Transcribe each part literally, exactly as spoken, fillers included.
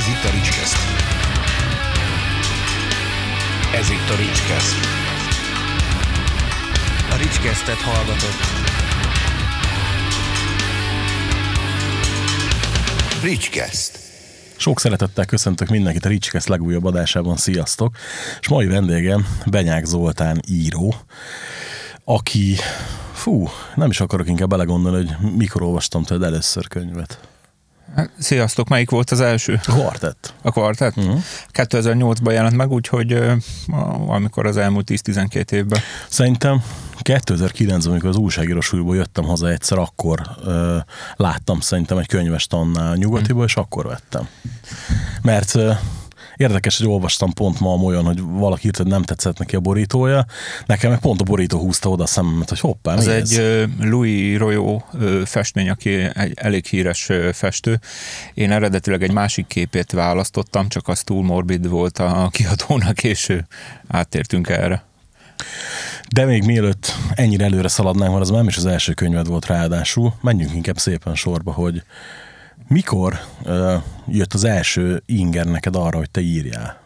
itt a Ricskeszt. Ez itt a Ricskeszt. A Ricskesztet hallgatott. Ricskeszt. Sok szeretettel köszöntök mindenkit a Ricskeszt legújabb adásában, sziasztok! És mai vendégem Benyák Zoltán író, aki, fú, nem is akarok inkább belegondolni, hogy mikor olvastam tőled először könyvet. Sziasztok, melyik volt az első? A Kvartett. A Kvartett? Uh-huh. kétezer-nyolcban jelent meg, úgyhogy uh, valamikor az elmúlt tíz-tizenkét évben. Szerintem kétezer-kilencben, amikor az újságírósúlyból jöttem haza egyszer, akkor uh, láttam szerintem egy könyves tannál Nyugatiba, uh-huh. és akkor vettem. Mert uh, érdekes, hogy olvastam pont ma olyan, hogy valaki írt, hogy nem tetszett neki a borítója. Nekem meg pont a borító húzta oda a szememet, hogy hoppá, mi ez? Ez egy Louis Royot festmény, aki egy elég híres festő. Én eredetileg egy másik képét választottam, csak az túl morbid volt a kiadónak, és áttértünk erre. De még mielőtt ennyire előre szaladnánk, mert az már nem is az első könyved volt ráadásul, menjünk inkább szépen sorba, hogy mikor uh, jött az első inger neked arra, hogy te írjál?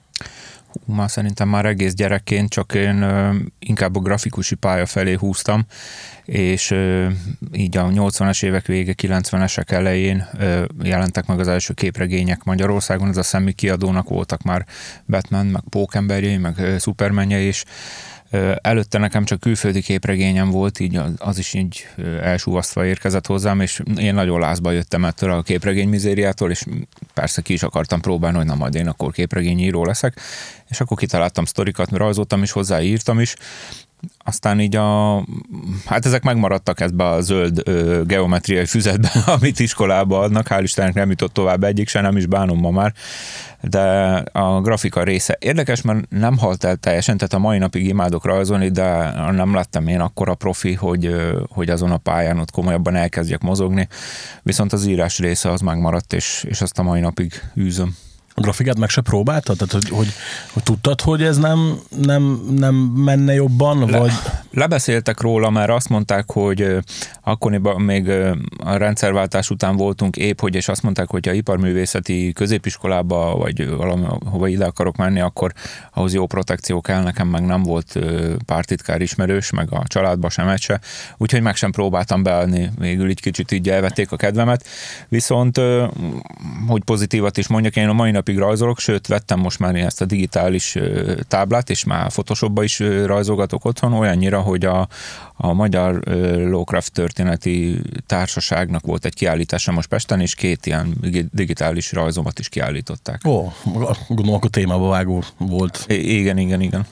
Hú, már szerintem már egész gyerekként, csak én uh, inkább a grafikusi pálya felé húztam, és uh, így a nyolcvanas évek vége, kilencvenesek elején uh, jelentek meg az első képregények Magyarországon, ez a Szemmi kiadónak voltak már Batman, meg Pókemberjei, meg uh, Supermanjei is. Előtte nekem csak külföldi képregényem volt, így az is így elsúvasztva érkezett hozzám, és én nagyon lázba jöttem ettől a képregény mizériától, és persze ki is akartam próbálni, hogy na majd én akkor képregényíró leszek, és akkor kitaláltam sztorikat, rajzoltam is hozzá, írtam is. Aztán így a... Hát ezek megmaradtak ebbe a zöld ö, geometriai füzetben, amit iskolába adnak. Hál' Istennek nem jutott tovább egyik se, nem is bánom ma már. De a grafika része érdekes, mert nem halt el teljesen, tehát a mai napig imádok rajzolni, de nem lettem én akkora profi, hogy, hogy azon a pályán ott komolyabban elkezdjek mozogni. Viszont az írás része az megmaradt, és, és azt a mai napig űzöm. A grafikát meg se próbáltad? Tehát, hogy, hogy, hogy tudtad, hogy ez nem, nem, nem menne jobban? Le, vagy... Lebeszéltek róla, mert azt mondták, hogy akkoriban még a rendszerváltás után voltunk épp, hogy és azt mondták, hogy ha iparművészeti középiskolába, vagy valahova ide akarok menni, akkor ahhoz jó protekció kell, nekem meg nem volt pártitkár ismerős, meg a családba sem egy se, úgyhogy meg sem próbáltam beállni, végül így kicsit így elvették a kedvemet. Viszont, hogy pozitívat is mondjak, én a mai napig rajzolok, sőt vettem most már ezt a digitális táblát, és már Photoshopba is rajzolgatok otthon, olyannyira, hogy a, a Magyar Lovecraft Történeti Társaságnak volt egy kiállítása most Pesten, és két ilyen digitális rajzomat is kiállították. Ó, gondolom, akkor témába vágó volt. I- igen, igen, igen.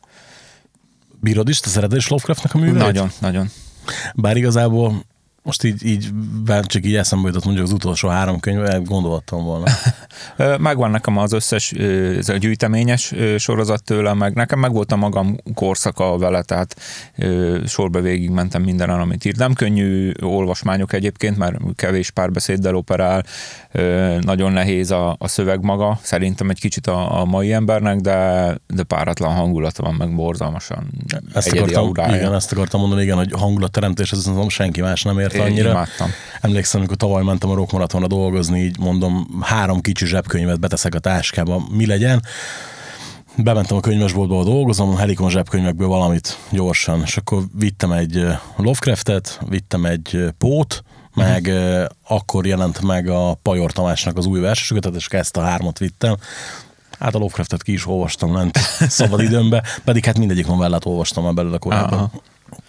Bírod is? Te szereted is Lovecraftnak a műveit? Nagyon, nagyon. Bár igazából most így, így csak így eszembe jutott mondjuk az utolsó három könyvet, gondoltam volna. Megvan nekem az összes ez a gyűjteményes sorozat tőle, meg nekem meg volt a magam korszaka vele, tehát sorba végig mentem mindenen, amit írt. Nem könnyű olvasmányok egyébként, mert kevés párbeszéddel operál, nagyon nehéz a, a szöveg maga, szerintem egy kicsit a, a mai embernek, de, de páratlan hangulata van, meg borzalmasan ezt egyedi akartam, aurája. Igen, ezt akartam mondani, igen, hogy hangulatteremtés, ez szerintem senki más nem ért annyira. Imádtam. Emlékszem, amikor tavaly mentem a Rock Marathonra dolgozni, így mondom, három kicsi zsebkönyvet beteszek a táskába, mi legyen. Bementem a könyvesboltba, dolgozom, a Helikon zsebkönyvekből valamit gyorsan, és akkor vittem egy Lovecraftet, vittem egy Pót, meg uh-huh. akkor jelent meg a Pajor Tamásnak az új versesüket, és ezt a hármat vittem. Hát a Lovecraftet ki is olvastam lent szabad időmbe, pedig hát mindegyik novellát olvastam már belőle korábban. Uh-huh.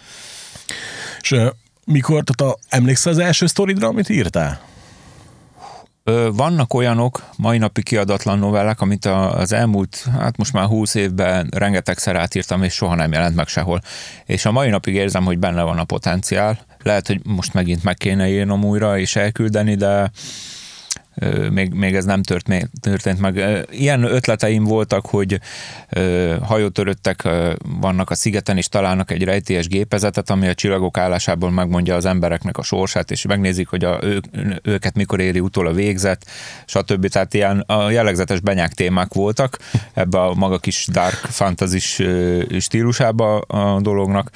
És mikor, tehát a, emlékszel az első sztoridra, amit írtál? Vannak olyanok, mai napi kiadatlan novellák, amit az elmúlt, hát most már húsz évben rengetegszer átírtam, és soha nem jelent meg sehol. És a mai napig érzem, hogy benne van a potenciál. Lehet, hogy most megint meg kéne írnom újra és elküldeni, de Még, még ez nem történt, történt meg. Ilyen ötleteim voltak, hogy hajótöröttek vannak a szigeten, és találnak egy rejtélyes gépezetet, ami a csillagok állásából megmondja az embereknek a sorsát, és megnézik, hogy a, ő, őket mikor éri utol a végzet, stb. Tehát ilyen a jellegzetes Benyák témák voltak ebbe a maga kis dark fantasy-s stílusába a dolognak.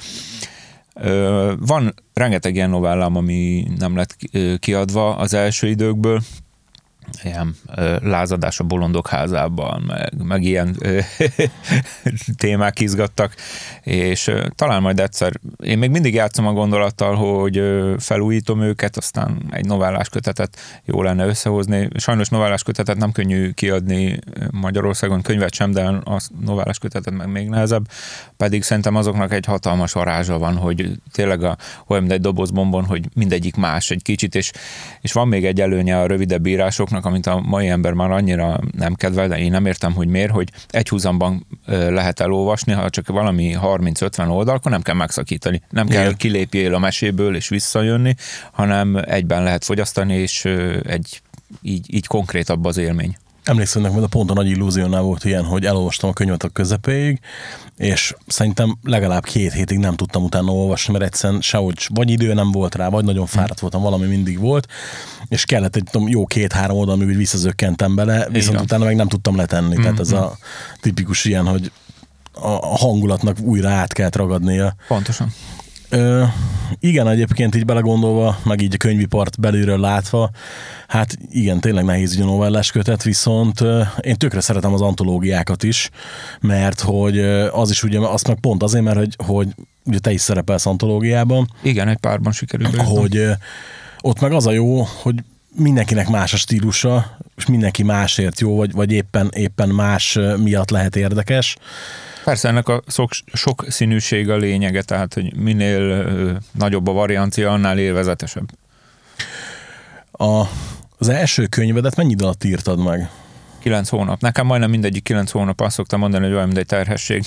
Van rengeteg ilyen novellám, ami nem lett kiadva az első időkből. ilyen ö, lázadás a bolondok házában, meg, meg ilyen ö, témák izgattak, és ö, talán majd egyszer, én még mindig játszom a gondolattal, hogy ö, felújítom őket, aztán egy novellás kötetet jó lenne összehozni. Sajnos novellás kötetet nem könnyű kiadni Magyarországon, könyvet sem, de a novellás kötetet meg még nehezebb, pedig szerintem azoknak egy hatalmas varázsa van, hogy tényleg a, olyan, mint egy dobozbombon, hogy mindegyik más egy kicsit, és, és van még egy előnye a rövidebb írásoknak, amit a mai ember már annyira nem kedvel, de én nem értem, hogy miért, hogy egy húzamban lehet elolvasni, ha csak valami harminc-ötven oldal, akkor nem kell megszakítani. Nem kell Igen. kilépjél a meséből és visszajönni, hanem egyben lehet fogyasztani, és egy így, így konkrétabb az élmény. Emlékszem, nekem a pont a Nagy Illúziónál volt ilyen, hogy elolvastam a könyvet a közepéig, és szerintem legalább két hétig nem tudtam utána olvasni, mert egyszerűen sehogy vagy idő nem volt rá, vagy nagyon fáradt voltam, valami mindig volt, és kellett egy tudom, jó két-három oldal, amíg visszazökkentem bele, viszont Igen. utána meg nem tudtam letenni. Mm-hmm. Tehát ez a tipikus ilyen, hogy a hangulatnak újra át kellett ragadnia. Pontosan. Ö, igen, egyébként így belegondolva, meg így a könyvipart belülről látva, hát igen, tényleg nehéz ugye novellás kötet, viszont ö, én tökre szeretem az antológiákat is, mert hogy ö, az is ugye, azt meg pont azért, mert hogy, hogy ugye te is szerepelsz antológiában. Igen, egy párban sikerült. Hogy ö, ott meg az a jó, hogy mindenkinek más a stílusa, és mindenki másért jó, vagy, vagy éppen, éppen más miatt lehet érdekes. Persze ennek a sok, sok színűség a lényege, tehát hogy minél ö, nagyobb a variancia, annál élvezetesebb. A, az első könyvedet mennyi idő alatt írtad meg? Kilenc hónap. Nekem majdnem mindegyik kilenc hónap, azt szoktam mondani, hogy olyan, mint egy terhesség.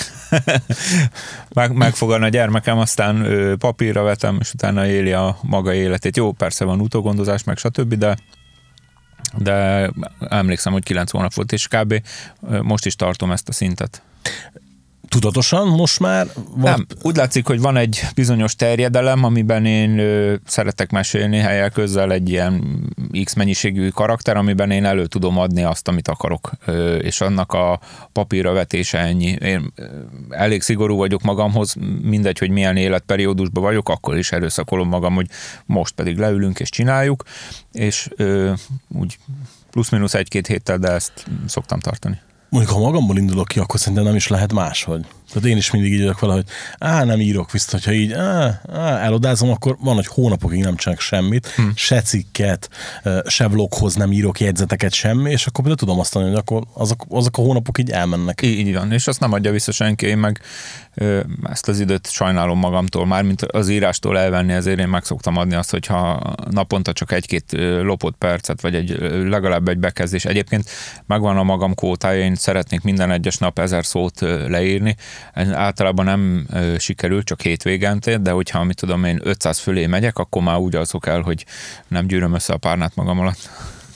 meg, megfogan a gyermekem, aztán ö, papírra vetem, és utána éli a maga életét. Jó, persze van utógondozás, meg stb., de de emlékszem, hogy kilenc hónap volt, és kb. Most is tartom ezt a szintet. Tudatosan most már? Vagy... Nem, úgy látszik, hogy van egy bizonyos terjedelem, amiben én ö, szeretek mesélni helyek közel egy ilyen X mennyiségű karakter, amiben én elő tudom adni azt, amit akarok, ö, és annak a papírra vetése ennyi. Én ö, elég szigorú vagyok magamhoz, mindegy, hogy milyen életperiódusban vagyok, akkor is erőszakolom magam, hogy most pedig leülünk és csináljuk, és ö, úgy plusz-minusz egy-két héttel, de ezt szoktam tartani. Mondjuk, ha magamból indulok ki, akkor szerintem nem is lehet máshogy. Tehát én is mindig így vagyok vele, hogy á, nem írok, viszont hogyha így á, á, elodázom, akkor van, hogy hónapokig nem csinálok semmit, hmm. se cikket, se vloghoz nem írok jegyzeteket, semmi, és akkor például tudom azt mondani, hogy akkor azok, azok a hónapok így elmennek. Így van, és azt nem adja vissza senki, én meg ö, ezt az időt sajnálom magamtól, mármint az írástól elvenni, ezért én meg szoktam adni azt, hogyha naponta csak egy-két lopott percet, vagy egy, legalább egy bekezdés. Egyébként megvan a magam kótája, én szeretnék minden egyes nap ezer szót leírni. Általában nem ö, sikerül, csak hétvégente, de hogyha, mit tudom én, ötszáz fölé megyek, akkor már úgy alszok el, hogy nem gyűröm össze a párnát magam alatt.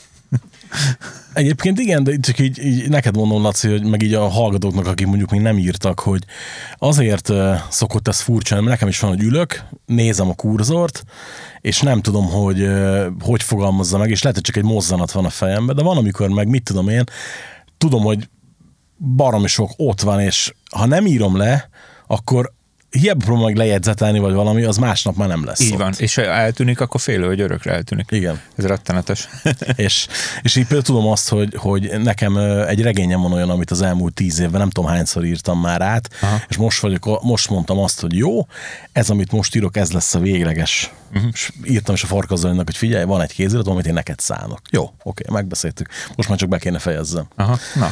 Egyébként igen, de csak így, így neked mondom, Laci, hogy meg így a hallgatóknak, akik mondjuk még nem írtak, hogy azért uh, szokott ez furcsa, mert nekem is van, hogy ülök, nézem a kurzort, és nem tudom, hogy uh, hogy fogalmazza meg, és lehet, hogy csak egy mozzanat van a fejemben, de van, amikor meg mit tudom én, tudom, hogy baromi sok ott van, és ha nem írom le, akkor hiába próbálom meg lejegyzetelni, vagy valami, az másnap már nem lesz. Így ott. van, és ha eltűnik, akkor félő, hogy örökre eltűnik. Igen. Ez rettenetes. és, és így például tudom azt, hogy, hogy nekem egy regényem van olyan, amit az elmúlt tíz évben nem tudom hányszor írtam már át, aha. és most, vagyok, most mondtam azt, hogy jó, ez, amit most írok, ez lesz a végleges. Uh-huh. És írtam is a Farkazdalinak, hogy figyelj, van egy kéziratom, amit én neked szánok. Jó, oké, megbeszéltük. Most már csak be kéne fejezzem. Aha, na.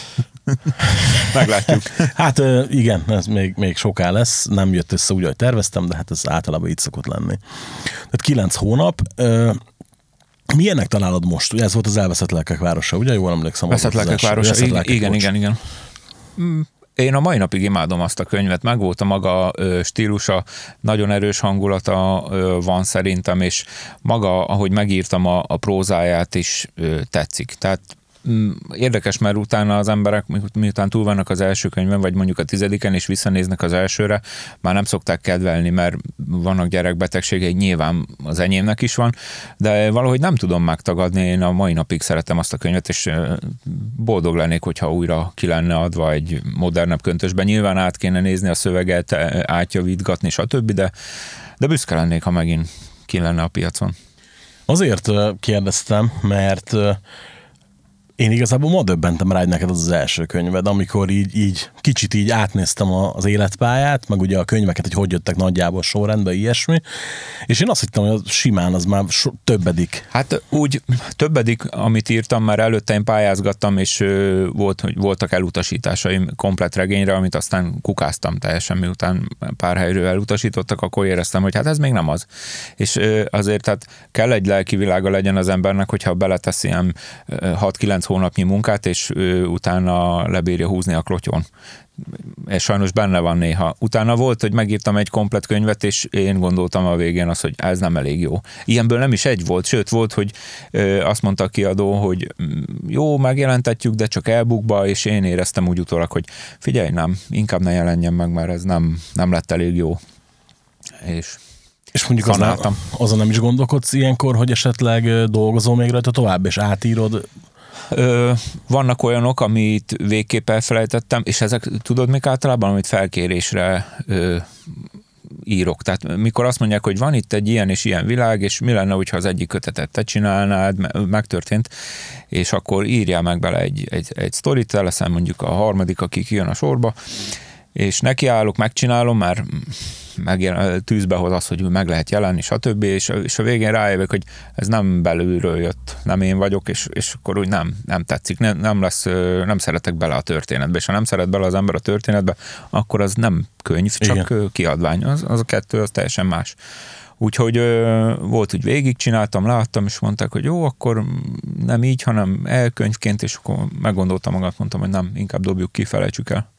Meglátjuk. Hát igen, ez még, még soká lesz, nem jött össze úgy, ahogy terveztem, de hát ez általában így szokott lenni. Tehát kilenc hónap. Milyennek találod most? Ugye ez volt az Elveszett Lelkek városa, ugye? Jól emlékszem. Elveszett Lelkek városa, igen, lelkek, igen, igen, igen. Én a mai napig imádom azt a könyvet, meg volt a maga ö, stílusa, nagyon erős hangulata ö, van szerintem, és maga, ahogy megírtam a, a prózáját is ö, tetszik. Tehát érdekes, mert utána az emberek, miután túl vannak az első könyvben, vagy mondjuk a tizediken, és visszanéznek az elsőre, már nem szokták kedvelni, mert vannak gyerekbetegségei, nyilván az enyémnek is van, de valahogy nem tudom megtagadni, én a mai napig szeretem azt a könyvet, és boldog lennék, hogyha újra ki lenne adva egy modernebb köntösben. Nyilván át kéne nézni a szöveget, átjavítgatni, stb., de, de büszke lennék, ha megint ki lenne a piacon. Azért kérdeztem, mert Én igazából ma döbbentem rá, hogy neked az az első könyved, amikor így, így kicsit így átnéztem az életpályát, meg ugye a könyveket, hogy hogy jöttek nagyjából sorrendben, ilyesmi, és én azt hittem, hogy simán az már so, többedik. Hát úgy többedik, amit írtam, már előtte én pályázgattam, és volt, hogy voltak elutasításaim komplet regényre, amit aztán kukáztam teljesen, miután pár helyről elutasítottak, akkor éreztem, hogy hát ez még nem az. És azért tehát kell egy lelki világa legyen az embernek, hogyha beletesz ilyen hat-kilenc hónapnyi munkát, és utána lebírja húzni a klotyon. És sajnos benne van néha. Utána volt, hogy megírtam egy komplet könyvet, és én gondoltam a végén azt, hogy ez nem elég jó. Ilyenből nem is egy volt, sőt volt, hogy azt mondta a kiadó, hogy jó, megjelentetjük, de csak e-bookba, és én éreztem úgy utólag, hogy figyelj, nem, inkább ne jelenjen meg, mert ez nem, nem lett elég jó. És És mondjuk azon, azon nem is gondolkodsz ilyenkor, hogy esetleg dolgozol még rajta tovább, és átírod? Ö, vannak olyanok, amit végképp elfelejtettem, és ezek, tudod még általában, amit felkérésre ö, írok. Tehát mikor azt mondják, hogy van itt egy ilyen és ilyen világ, és mi lenne, hogyha az egyik kötetet te csinálnád, megtörtént, és akkor írjál meg bele egy, egy, egy sztorit, te leszel mondjuk a harmadik, aki kijön a sorba, és nekiállok, megcsinálom, már megjelen, tűzbe hoz az, hogy meg lehet jelenni, stb. És a, és a végén rájövök, hogy ez nem belülről jött, nem én vagyok, és, és akkor úgy nem, nem tetszik, nem, nem lesz, nem szeretek bele a történetbe, és ha nem szeret bele az ember a történetbe, akkor az nem könyv, csak igen, kiadvány, az, az a kettő, az teljesen más. Úgyhogy ö, volt, hogy végigcsináltam, láttam, és mondták, hogy jó, akkor nem így, hanem elkönyvként, és akkor meggondoltam magát, mondtam, hogy nem, inkább dobjuk ki, felejtsük el.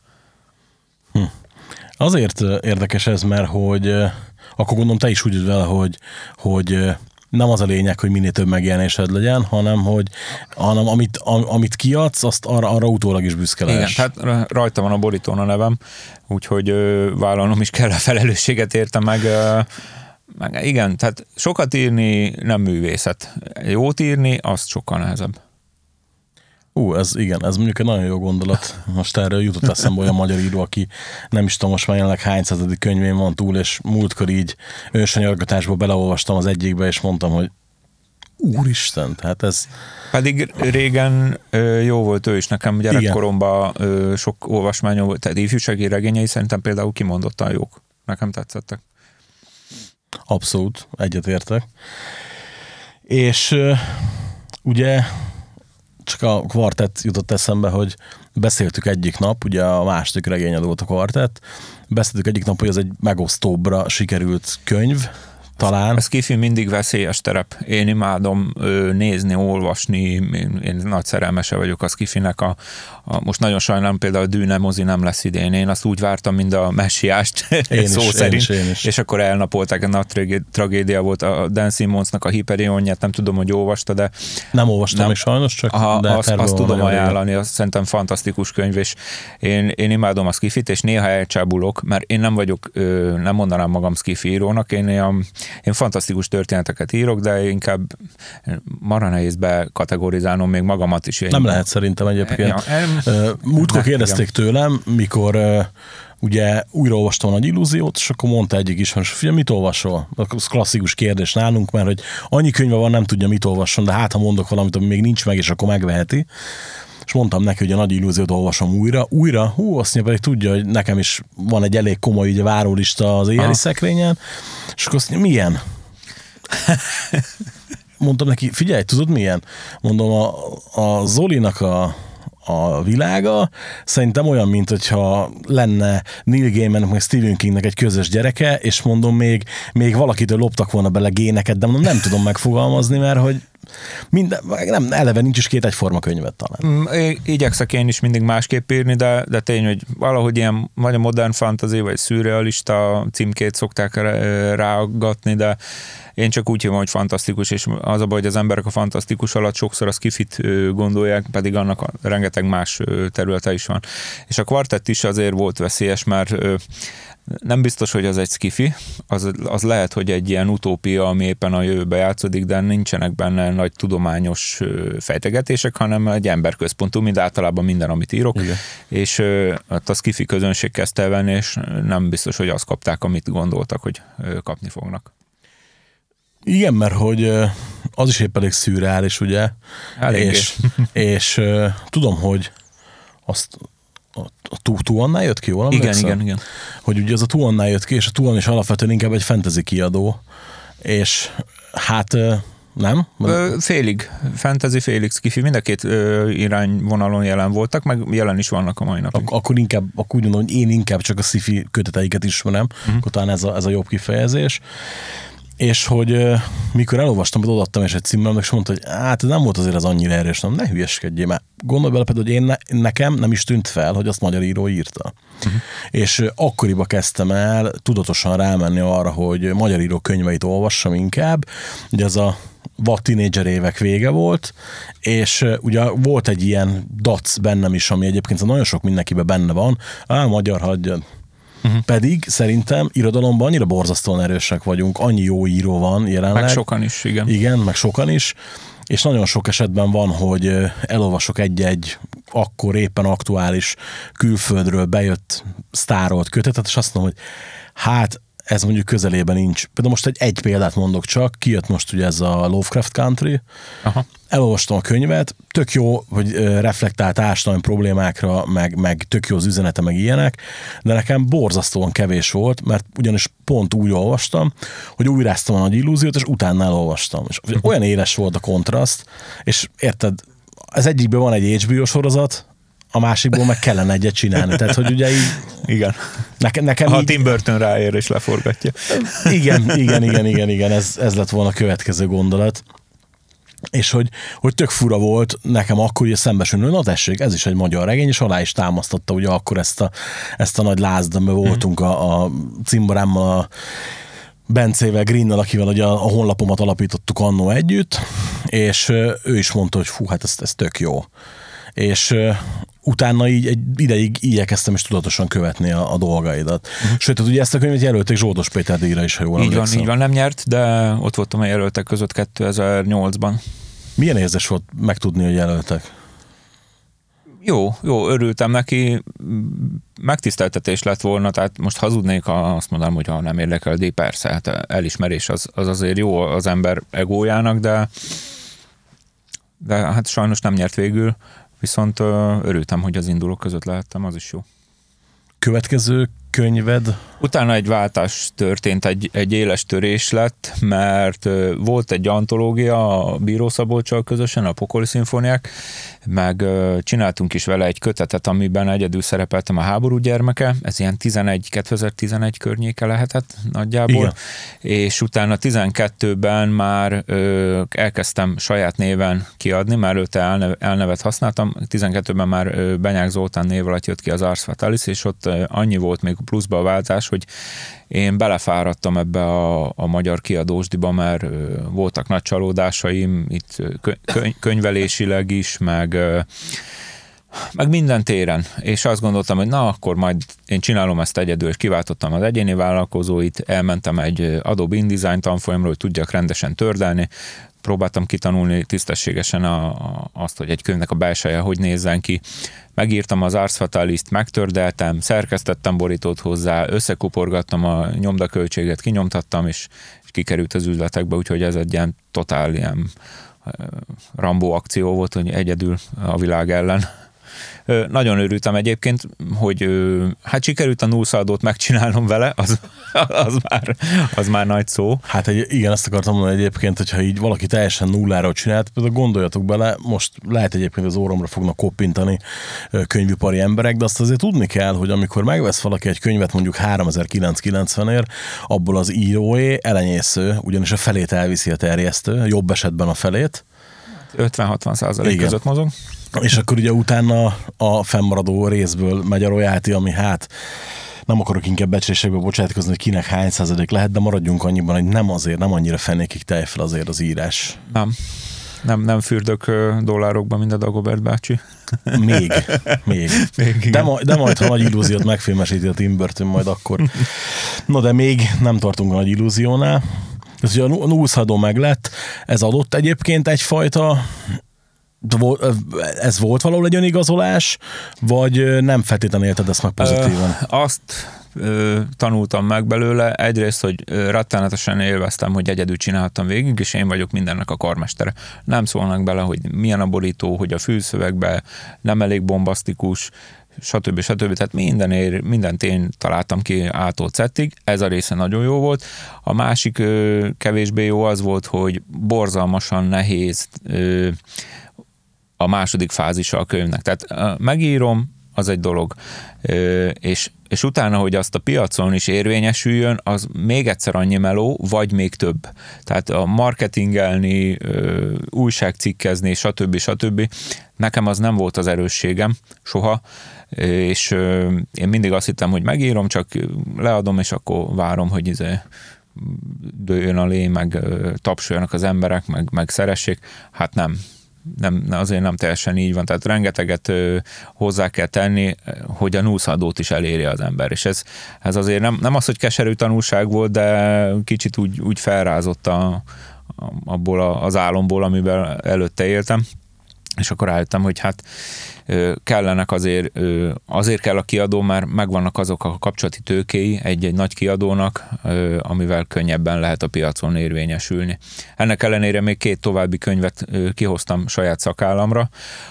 Hm. Azért érdekes ez, mert hogy akkor gondolom te is úgy vagy vele, hogy, hogy nem az a lényeg, hogy minél több megjelenésed legyen, hanem hogy hanem amit, amit kiadsz, azt arra, arra utólag is büszke lehess. Igen, tehát rajta van a borítón a nevem, úgyhogy vállalnom is kell a felelősséget érte, meg, meg igen, tehát sokat írni nem művészet. Jót írni, azt sokkal nehezebb. Ú, ez igen, ez mondjuk egy nagyon jó gondolat. Most erről jutott eszembe olyan magyar író, aki nem is tudom, most már jelenleg hány századik könyvén van túl, és múltkor így ősanyargatásból beleolvastam az egyikbe, és mondtam, hogy úristen, hát ez... Pedig régen jó volt ő is nekem, gyerekkoromban sok olvasmányom volt, tehát ifjúsági regényei szerintem például kimondottan jók. Nekem tetszettek. Abszolút, egyetértek. És ugye csak a kvartett jutott eszembe, hogy beszéltük egyik nap, ugye a második regényed volt a kvartett, beszéltük egyik nap, hogy ez egy megosztóbbra sikerült könyv, talán. Ez Skifi mindig veszélyes terep. Én imádom ö, nézni, olvasni, én, én nagy szerelmese vagyok a Skifinek. A, a, most nagyon sajnálom, például a Dűne mozi nem lesz idén. Én azt úgy vártam, mint a Messiást, én szó is, szerint. Én is, én is. És akkor elnapolták, a nagy tragédia volt a Dan Simmonsnak a Hyperionját, nem tudom, hogy olvasta, de... Nem olvastam még sajnos, csak... Ha, de azt, azt tudom ajánlani, azt szerintem fantasztikus könyv, és én, én imádom a Skifit, és néha elcsábulok, mert én nem vagyok, ö, nem mondanám magam Skifi írónak, én olyan Én fantasztikus történeteket írok, de inkább marha nehéz bekategorizálnom még magamat is. Nem lehet szerintem egyébként. Ja, em, Múltkor kérdezték tőlem, mikor uh, ugye újraolvastam a Nagy illúziót, és akkor mondta egyik is, hogy figyelj, mit olvasol? Ez klasszikus kérdés nálunk, mert hogy annyi könyve van, nem tudja, mit olvasson, de hát ha mondok valamit, ami még nincs meg, és akkor megveheti. És mondtam neki, hogy a Nagy illúziót olvasom újra. Újra, hú, azt mondja, pedig tudja, hogy nekem is van egy elég komoly ugye, várólista az éjjeli szekrényen, és akkor azt mondja, milyen? Mondtam neki, figyelj, tudod milyen? Mondom, a, a Zolinak a, a világa szerintem olyan, mint hogyha lenne Neil Gaimannek meg Stephen Kingnek egy közös gyereke, és mondom, még, még valakitől loptak volna bele géneket, de mondom, nem tudom megfogalmazni, mert hogy minden, nem, eleve nincs is két egyforma könyvet talán. Igyekszek én is mindig másképp írni, de, de tény, hogy valahogy ilyen vagy a modern fantasy, vagy szürrealista címkét szokták ráaggatni, de én csak úgy hívom, hogy fantasztikus, és az a baj, hogy az emberek a fantasztikus alatt sokszor a skifit gondolják, pedig annak a rengeteg más területe is van. És a kvartett is azért volt veszélyes, mert nem biztos, hogy az egy skifi, az, az lehet, hogy egy ilyen utópia, ami éppen a jövőbe játszódik, de nincsenek benne nagy tudományos fejtegetések, hanem egy emberközpontú, mint általában minden, amit írok. Igen. És a skifi közönség kezdte venni, és nem biztos, hogy azt kapták, amit gondoltak, hogy kapni fognak. Igen, mert hogy az is épp elég szürreális, ugye? Eléggé. És, és uh, tudom, hogy azt a, a Tuannál jött ki, jól Igen, emlékszem? igen, igen. Hogy ugye az a Tuannál jött ki, és a Tuan is alapvetően inkább egy fantasy kiadó, és hát uh, nem? Ö, félig fantasy, félig skifi, mind a két ö, irányvonalon jelen voltak, meg jelen is vannak a mai napig. Ak- akkor inkább, akkor úgy mondom, hogy én inkább csak a sci-fi köteteiket ismerem, uh-huh. akkor talán ez a, ez a jobb kifejezés. És hogy uh, mikor elolvastam, hogy odaadtam és egy címmel, és mondta, hogy hát ez nem volt azért az annyira erős, nem, ne hülyeskedjél, mert gondolj bele például, hogy én ne, nekem nem is tűnt fel, hogy azt magyar író írta. Uh-huh. És uh, akkoriban kezdtem el tudatosan rámenni arra, hogy magyar író könyveit olvassam inkább. Ugye az a vad tínédzser évek vége volt, és uh, ugye volt egy ilyen dac bennem is, ami egyébként nagyon sok mindenkiben benne van, á, magyar hagyjad. Uh-huh. Pedig szerintem irodalomban annyira borzasztóan erősek vagyunk, annyi jó író van jelenleg. Meg sokan is, igen. Igen, meg sokan is, és nagyon sok esetben van, hogy elolvasok egy-egy akkor éppen aktuális külföldről bejött sztárolt kötetet, és azt mondom, hogy hát ez mondjuk közelében nincs. Például most egy, egy példát mondok csak, kijött most ugye ez a Lovecraft Country, aha. Elolvastam a könyvet, tök jó, hogy reflektált társadalmi problémákra, meg, meg tök jó az üzenete, meg ilyenek, de nekem borzasztóan kevés volt, mert ugyanis pont úgy olvastam, hogy újráztam a Nagy illúziót, és utána elolvastam. És olyan éles volt a kontraszt, és érted, az egyikben van egy há bé ó sorozat, a másikból meg kellene egyet csinálni. Tehát, hogy ugye így... Igen. Nekem, nekem ha így... Tim Burton ráér és leforgatja. Igen, igen, igen, igen, igen, ez, ez lett volna a következő gondolat. És hogy, hogy tök fura volt nekem akkor ugye szembesülni, hogy na tessék, ez is egy magyar regény, és alá is támasztotta ugye akkor ezt a, ezt a nagy lázt, amiben voltunk a, a cimborámmal, a Bencével, Greennel, akivel ugye a, a honlapomat alapítottuk annó együtt, és ő is mondta, hogy fú, hát ez, ez tök jó. És uh, utána így egy ideig igyekeztem is tudatosan követni a, a dolgaidat. Uh-huh. Sőt, ugye ezt a könyvet jelölték Zsoldos Péter díjra is, ha jól Így emlékszem. van, így van, nem nyert, de ott voltam a jelöltek között kétezer-nyolcban. Milyen érzés volt megtudni, hogy jelöltek? Jó, jó, örültem neki, megtiszteltetés lett volna, tehát most hazudnék, ha azt mondanám, hogy ha nem érdekel, de persze, hát elismerés az, az azért jó az ember egójának, de, de hát sajnos nem nyert végül, viszont örültem, hogy az indulók között lehettem, az is jó. Következő könyved? Utána egy váltás történt, egy, egy éles törés lett, mert volt egy antológia a Bíró Szabolccsal közösen, a Pokoli Szimfóniák, meg csináltunk is vele egy kötetet, amiben egyedül szerepeltem, a Háború gyermeke, ez ilyen tizenegy, kétezer-tizenegy környéke lehetett nagyjából, igen. És utána tizenkettőben már ö, elkezdtem saját néven kiadni, már előtte elneve, elnevet használtam, tizenkettőben már ö, Benyák Zoltán név alatt jött ki az Ars Fatalis, és ott ö, annyi volt még pluszba a váltás, hogy én belefáradtam ebbe a, a magyar kiadósdiba, mert ö, voltak nagy csalódásaim, itt köny- könyvelésileg is, meg, ö, meg minden téren. És azt gondoltam, hogy na, akkor majd én csinálom ezt egyedül, és kiváltottam az egyéni vállalkozóit, elmentem egy Adobe InDesign tanfolyamról, hogy tudjak rendesen tördelni, próbáltam kitanulni tisztességesen a, a, azt, hogy egy könyvnek a belseje hogy nézzen ki. Megírtam az Ars Fatalist, megtördeltem, szerkesztettem borítót hozzá, összekuporgattam a nyomdaköltséget, kinyomtattam, és, és kikerült az üzletekbe, úgyhogy ez egy ilyen totál ilyen Rambó akció volt, hogy egyedül a világ ellen. Nagyon örültem egyébként, hogy hát sikerült a nullszaldót megcsinálnom vele, az, az, már, az már nagy szó. Hát egy, igen, ezt akartam mondani egyébként, hogyha így valaki teljesen nulláról csinált, például gondoljatok bele, most lehet egyébként az orromra fognak koppintani könyvipari emberek, de azt azért tudni kell, hogy amikor megvesz valaki egy könyvet mondjuk háromezer-kilencszázkilencvenért, abból az íróé elenyésző, ugyanis a felét elviszi a terjesztő, jobb esetben a felét. ötven-hatvan százalék között mozog. És akkor ugye utána a fennmaradó részből megy a royalty, ami hát nem akarok inkább becslésekbe bocsátkozni, hogy kinek hány százalék lehet, de maradjunk annyiban, hogy nem azért, nem annyira fenékig telj fel azért az írás. Nem. Nem, nem fürdök dollárokban, mint a Dagobert bácsi. Még, még. még de, majd, de majd, ha Nagy illúziót megfilmesíti a Tim Burton, majd akkor. No, de még nem tartunk a Nagy illúziónál. Ez ugye a nullszadó meg lett, ez adott egyébként egyfajta, ez volt valahol egy önigazolás, vagy nem feltétlenül élted ezt meg pozitívan? Ö, azt ö, tanultam meg belőle. Egyrészt, hogy rettenetesen élveztem, hogy egyedül csináltam végig, és én vagyok mindennek a karmestere. Nem szólnak bele, hogy milyen a borító, hogy a fülszövegbe nem elég bombasztikus, stb. stb. Tehát mindenér, mindent én találtam ki A-tól Z-ig, ez a része nagyon jó volt. A másik ö, kevésbé jó az volt, hogy borzalmasan nehéz ö, a második fázisa a könyvnek. Tehát ö, megírom, az egy dolog, ö, és, és utána, hogy azt a piacon is érvényesüljön, az még egyszer annyi meló, vagy még több. Tehát a marketingelni, ö, újságcikkezni, stb. stb. Nekem az nem volt az erősségem soha, és én mindig azt hittem, hogy megírom, csak leadom, és akkor várom, hogy izé dőljön a lé, meg tapsoljanak az emberek, meg, meg szeressék. Hát nem. Nem, azért nem teljesen így van, tehát rengeteget hozzá kell tenni, hogy a nullszadót is eléri az ember, és ez, ez azért nem, nem az, hogy keserű tanulság volt, de kicsit úgy, úgy felrázott a, a, abból az álomból, amiben előtte éltem, és akkor rájöttem, hogy hát kellenek azért, azért kell a kiadó, mert megvannak azok a kapcsolati tőkéi egy-egy nagy kiadónak, amivel könnyebben lehet a piacon érvényesülni. Ennek ellenére még két további könyvet kihoztam saját szakállamra.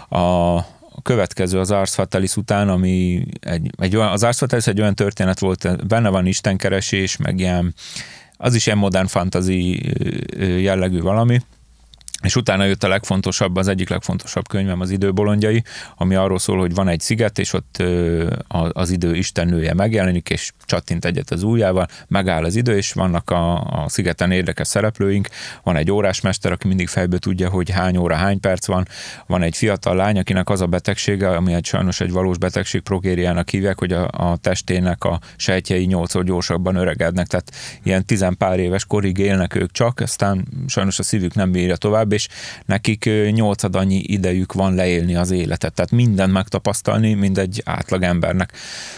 A következő az Ars Fatalis után, ami egy, egy olyan, az Ars Fatalis egy olyan történet volt, benne van istenkeresés, meg ilyen, az is ilyen modern fantasy jellegű valami, és utána jött a legfontosabb, az egyik legfontosabb könyvem, az Időbolondjai, ami arról szól, hogy van egy sziget, és ott az idő istennője megjelenik, és csattint egyet az ujjával, megáll az idő, és vannak a, a szigeten érdekes szereplőink, van egy órásmester, aki mindig fejből tudja, hogy hány óra, hány perc van, van egy fiatal lány, akinek az a betegsége, ami egy sajnos egy valós betegség, progériának hívják, hogy a, a testének a sejtjei nyolcszor gyorsabban öregednek, tehát ilyen tizenpár éves korig élnek ők csak, aztán sajnos a szívük nem bírja tovább, és nekik nyolcad annyi idejük van leélni az életet, tehát mindent megtapasztalni, mint egy átlagembernek.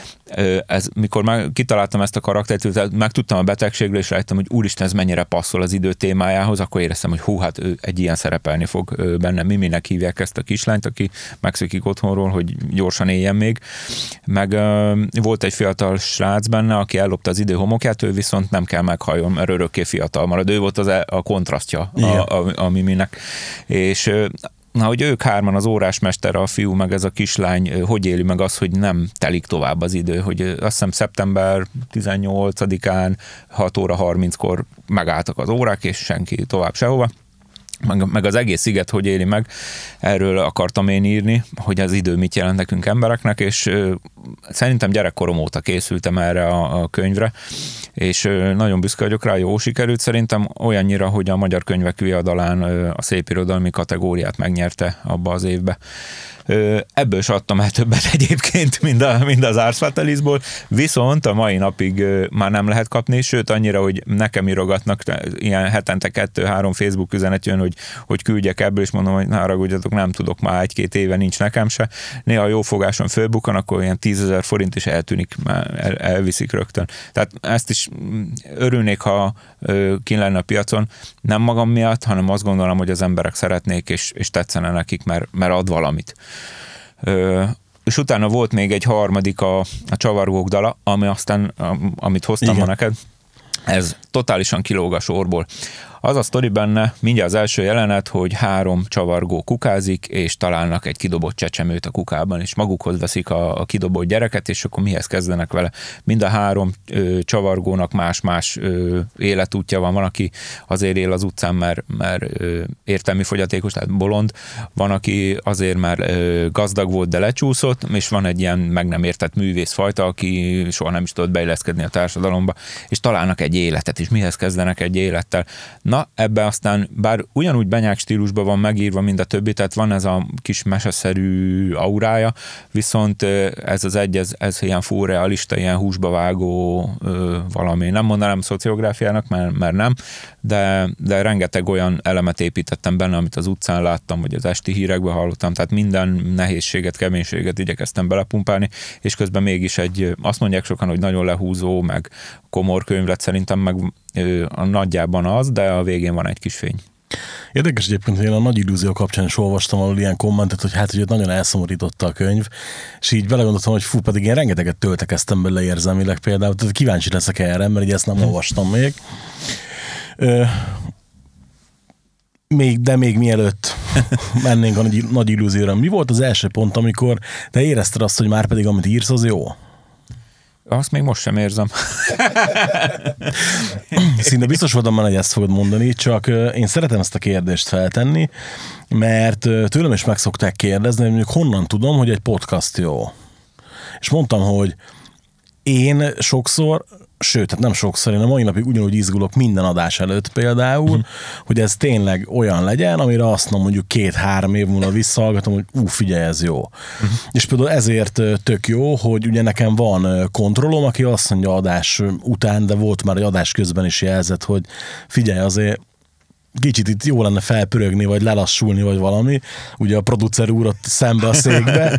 Ez, mikor már kitaláltam ezt a karaktert, megtudtam a betegségről, és rájöttem, hogy úristen, ez mennyire passzol az idő témájához, akkor éreztem, hogy hú, hát ő egy ilyen szerepelni fog benne. Miminek hívják ezt a kislányt, aki megszökik otthonról, hogy gyorsan éljen még. Meg volt egy fiatal srác benne, aki ellopta az idő homokját, ő viszont nem kell meghalljon, mert örökké fiatal marad. Ő volt az a kontrasztja a, a, a Miminek. És na, hogy ők hárman, az órásmester, a fiú, meg ez a kislány, hogy éli meg azt, hogy nem telik tovább az idő, hogy azt hiszem szeptember tizennyolcadikán hat óra harminckor megálltak az órák, és senki tovább sehova. Meg, meg az egész sziget, hogy éli meg, erről akartam én írni, hogy az idő mit jelent nekünk embereknek, és ö, szerintem gyerekkorom óta készültem erre a, a könyvre, és ö, nagyon büszke vagyok rá, jó sikerült szerintem, olyannyira, hogy a Magyar Könyvek Viadalán ö, a szépirodalmi kategóriát megnyerte abba az évbe. Ö, ebből is adtam el többet egyébként, mind, a, mind az Ars Fatalisból, viszont a mai napig ö, már nem lehet kapni, sőt annyira, hogy nekem írogatnak, ilyen hetente kettő-három Facebook üzenet jön, hogy, hogy küldjek ebből, és mondom, hogy ne haragudjatok, nem tudok, már egy-két éve nincs nekem se. Néha jó fogáson fölbukkan, akkor ilyen tízezer forint is eltűnik, már el, elviszik rögtön. Tehát ezt is örülnék, ha ö, kín lenne a piacon, nem magam miatt, hanem azt gondolom, hogy az emberek szeretnék, és, és tetszene nekik, mert, mert ad valamit. Ö, és utána volt még egy harmadik, a, a Csavargók dala, ami aztán, amit hoztam Igen. ma neked, ez totálisan kilóg a sorból. Az a sztori benne, mindjárt az első jelenet, hogy három csavargó kukázik, és találnak egy kidobott csecsemőt a kukában, és magukhoz veszik a, a kidobott gyereket, és akkor mihez kezdenek vele. Mind a három ö, csavargónak más-más ö, életútja van. Van, aki azért él az utcán, mert, mert ö, értelmi fogyatékos, tehát bolond. Van, aki azért, mert ö, gazdag volt, de lecsúszott, és van egy ilyen meg nem értett művészfajta, aki soha nem is tudott beilleszkedni a társadalomba, és találnak egy életet, és mihez kezdenek egy élettel. Na, ebbe aztán, bár ugyanúgy benyák stílusban van megírva, mint a többi, tehát van ez a kis meseszerű aurája, viszont ez az egy, ez, ez ilyen full realista, ilyen húsba vágó valami. Nem mondanám szociográfiának, mert, mert nem, de, de rengeteg olyan elemet építettem benne, amit az utcán láttam, vagy az esti hírekben hallottam, tehát minden nehézséget, keménységet igyekeztem belepumpálni, és közben mégis egy, azt mondják sokan, hogy nagyon lehúzó, meg komor könyv lett, szerintem meg a nagyjában az, de a végén van egy kis fény. Érdekes egyébként, hogy én a Nagy Illúzió kapcsán is olvastam alul ilyen kommentet, hogy hát, hogy nagyon elszomorította a könyv, és így belegondoltam, hogy fú, pedig én rengeteget töltekeztem bele érzelmileg például, tehát kíváncsi leszek erre, mert így ezt nem olvastam még. Ö, még, de még mielőtt mennénk a Nagy, Nagy Illúzióra, mi volt az első pont, amikor te érezted azt, hogy már pedig amit írsz, az jó? Azt még most sem érzem. Szinte biztos voltam már, hogy ezt fogod mondani, csak én szeretem ezt a kérdést feltenni, mert tőlem is meg szokták kérdezni, hogy mondjuk honnan tudom, hogy egy podcast jó. És mondtam, hogy én sokszor, sőt, hát nem sokszor, én a mai napig ugyanúgy izgulok minden adás előtt például, uh-huh. hogy ez tényleg olyan legyen, amire azt mondom, mondjuk két-három év múlva visszahallgatom, hogy ú, figyelj, ez jó. Uh-huh. És például ezért tök jó, hogy ugye nekem van kontrollom, aki azt mondja adás után, de volt már egy adás közben is jelzett, hogy figyelj, azért kicsit itt jó lenne felpörögni, vagy lelassulni, vagy valami. Ugye a producer úr ott szembe a székbe,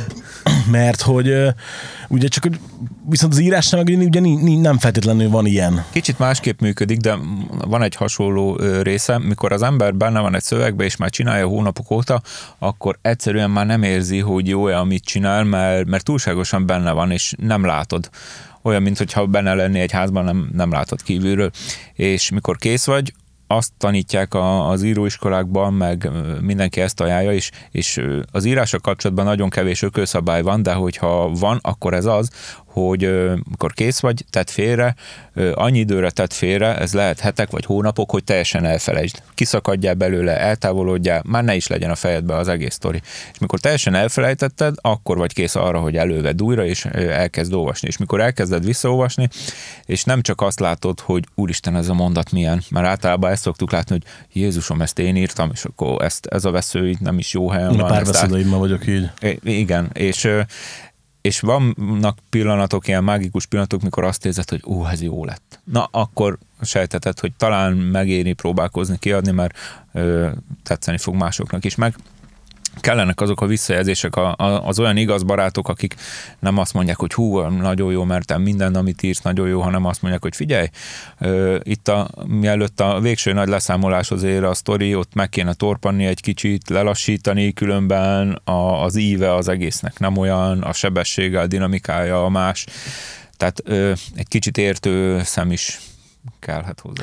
mert hogy ugye csak viszont az írásnál meg ugye nem feltétlenül van ilyen. Kicsit másképp működik, de van egy hasonló része, mikor az ember benne van egy szövegbe, és már csinálja hónapok óta, akkor egyszerűen már nem érzi, hogy jó-e, amit csinál, mert, mert túlságosan benne van, és nem látod. Olyan, mintha benne lenni egy házban, nem, nem látod kívülről. És mikor kész vagy, azt tanítják a, az íróiskolákban, meg mindenki ezt ajánlja, és, és az írással kapcsolatban nagyon kevés ökölszabály van, de hogyha van, akkor ez az, hogy amikor kész vagy, tedd félre, annyi időre tedd félre, ez lehet hetek vagy hónapok, hogy teljesen elfelejtsd. Kiszakadjál belőle, eltávolodjál, már ne is legyen a fejedbe az egész sztori. És mikor teljesen elfelejtetted, akkor vagy kész arra, hogy elővedd újra, és elkezd olvasni. És mikor elkezded visszaolvasni, és nem csak azt látod, hogy úristen, ez a mondat milyen, mert általában ezt szoktuk látni, hogy Jézusom, ezt én írtam, és akkor ezt, ez a vesző így nem is jó helyen én van. A párbeszédeimben vagyok így. Igen, és És vannak pillanatok, ilyen mágikus pillanatok, mikor azt érzed, hogy ó, ez jó lett. Na, akkor sejteted, hogy talán megéri próbálkozni, kiadni, mert ö, tetszeni fog másoknak is. Meg kellenek azok a visszajelzések, a, a, az olyan igaz barátok, akik nem azt mondják, hogy hú, nagyon jó, mert minden, amit írsz, nagyon jó, hanem azt mondják, hogy figyelj, ö, itt a, mielőtt a végső nagy leszámoláshoz ér a sztori, ott meg kéne torpanni egy kicsit, lelassítani, különben a, az íve az egésznek nem olyan, a sebessége, a dinamikája a más, tehát ö, egy kicsit értő szem is kellhet hozzá.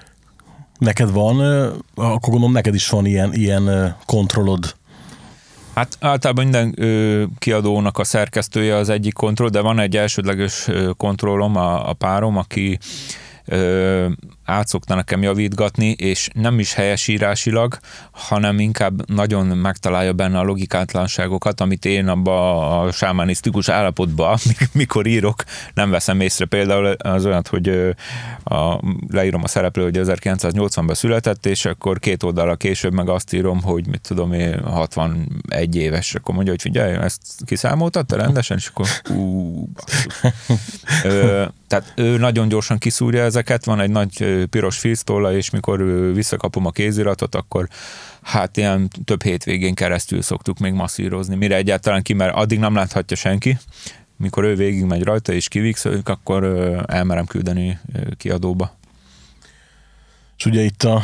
Neked van, akkor gondolom neked is van ilyen, ilyen kontrollod. Hát általában minden ö, kiadónak a szerkesztője az egyik kontroll, de van egy elsődleges ö, kontrollom, a, a párom, aki ö, át szokta nekem javítgatni, és nem is helyesírásilag, hanem inkább nagyon megtalálja benne a logikátlanságokat, amit én abba a sámánisztikus állapotban, mikor írok, nem veszem észre. Például az olyan, hogy a, leírom a szereplő, hogy ezerkilencszáznyolcvanban született, és akkor két oldalra később meg azt írom, hogy mit tudom én, hatvanegy éves, akkor mondja, hogy figyelj, ezt kiszámoltad te rendesen, és akkor ú, Ö, tehát ő nagyon gyorsan kiszúrja ezeket, van egy nagy piros filctolla, és mikor visszakapom a kéziratot, akkor hát ilyen több hétvégén keresztül szoktuk még masszírozni, mire egyáltalán ki, mert addig nem láthatja senki, mikor ő végig megy rajta és kivikszöljük, akkor elmerem küldeni kiadóba. És ugye itt a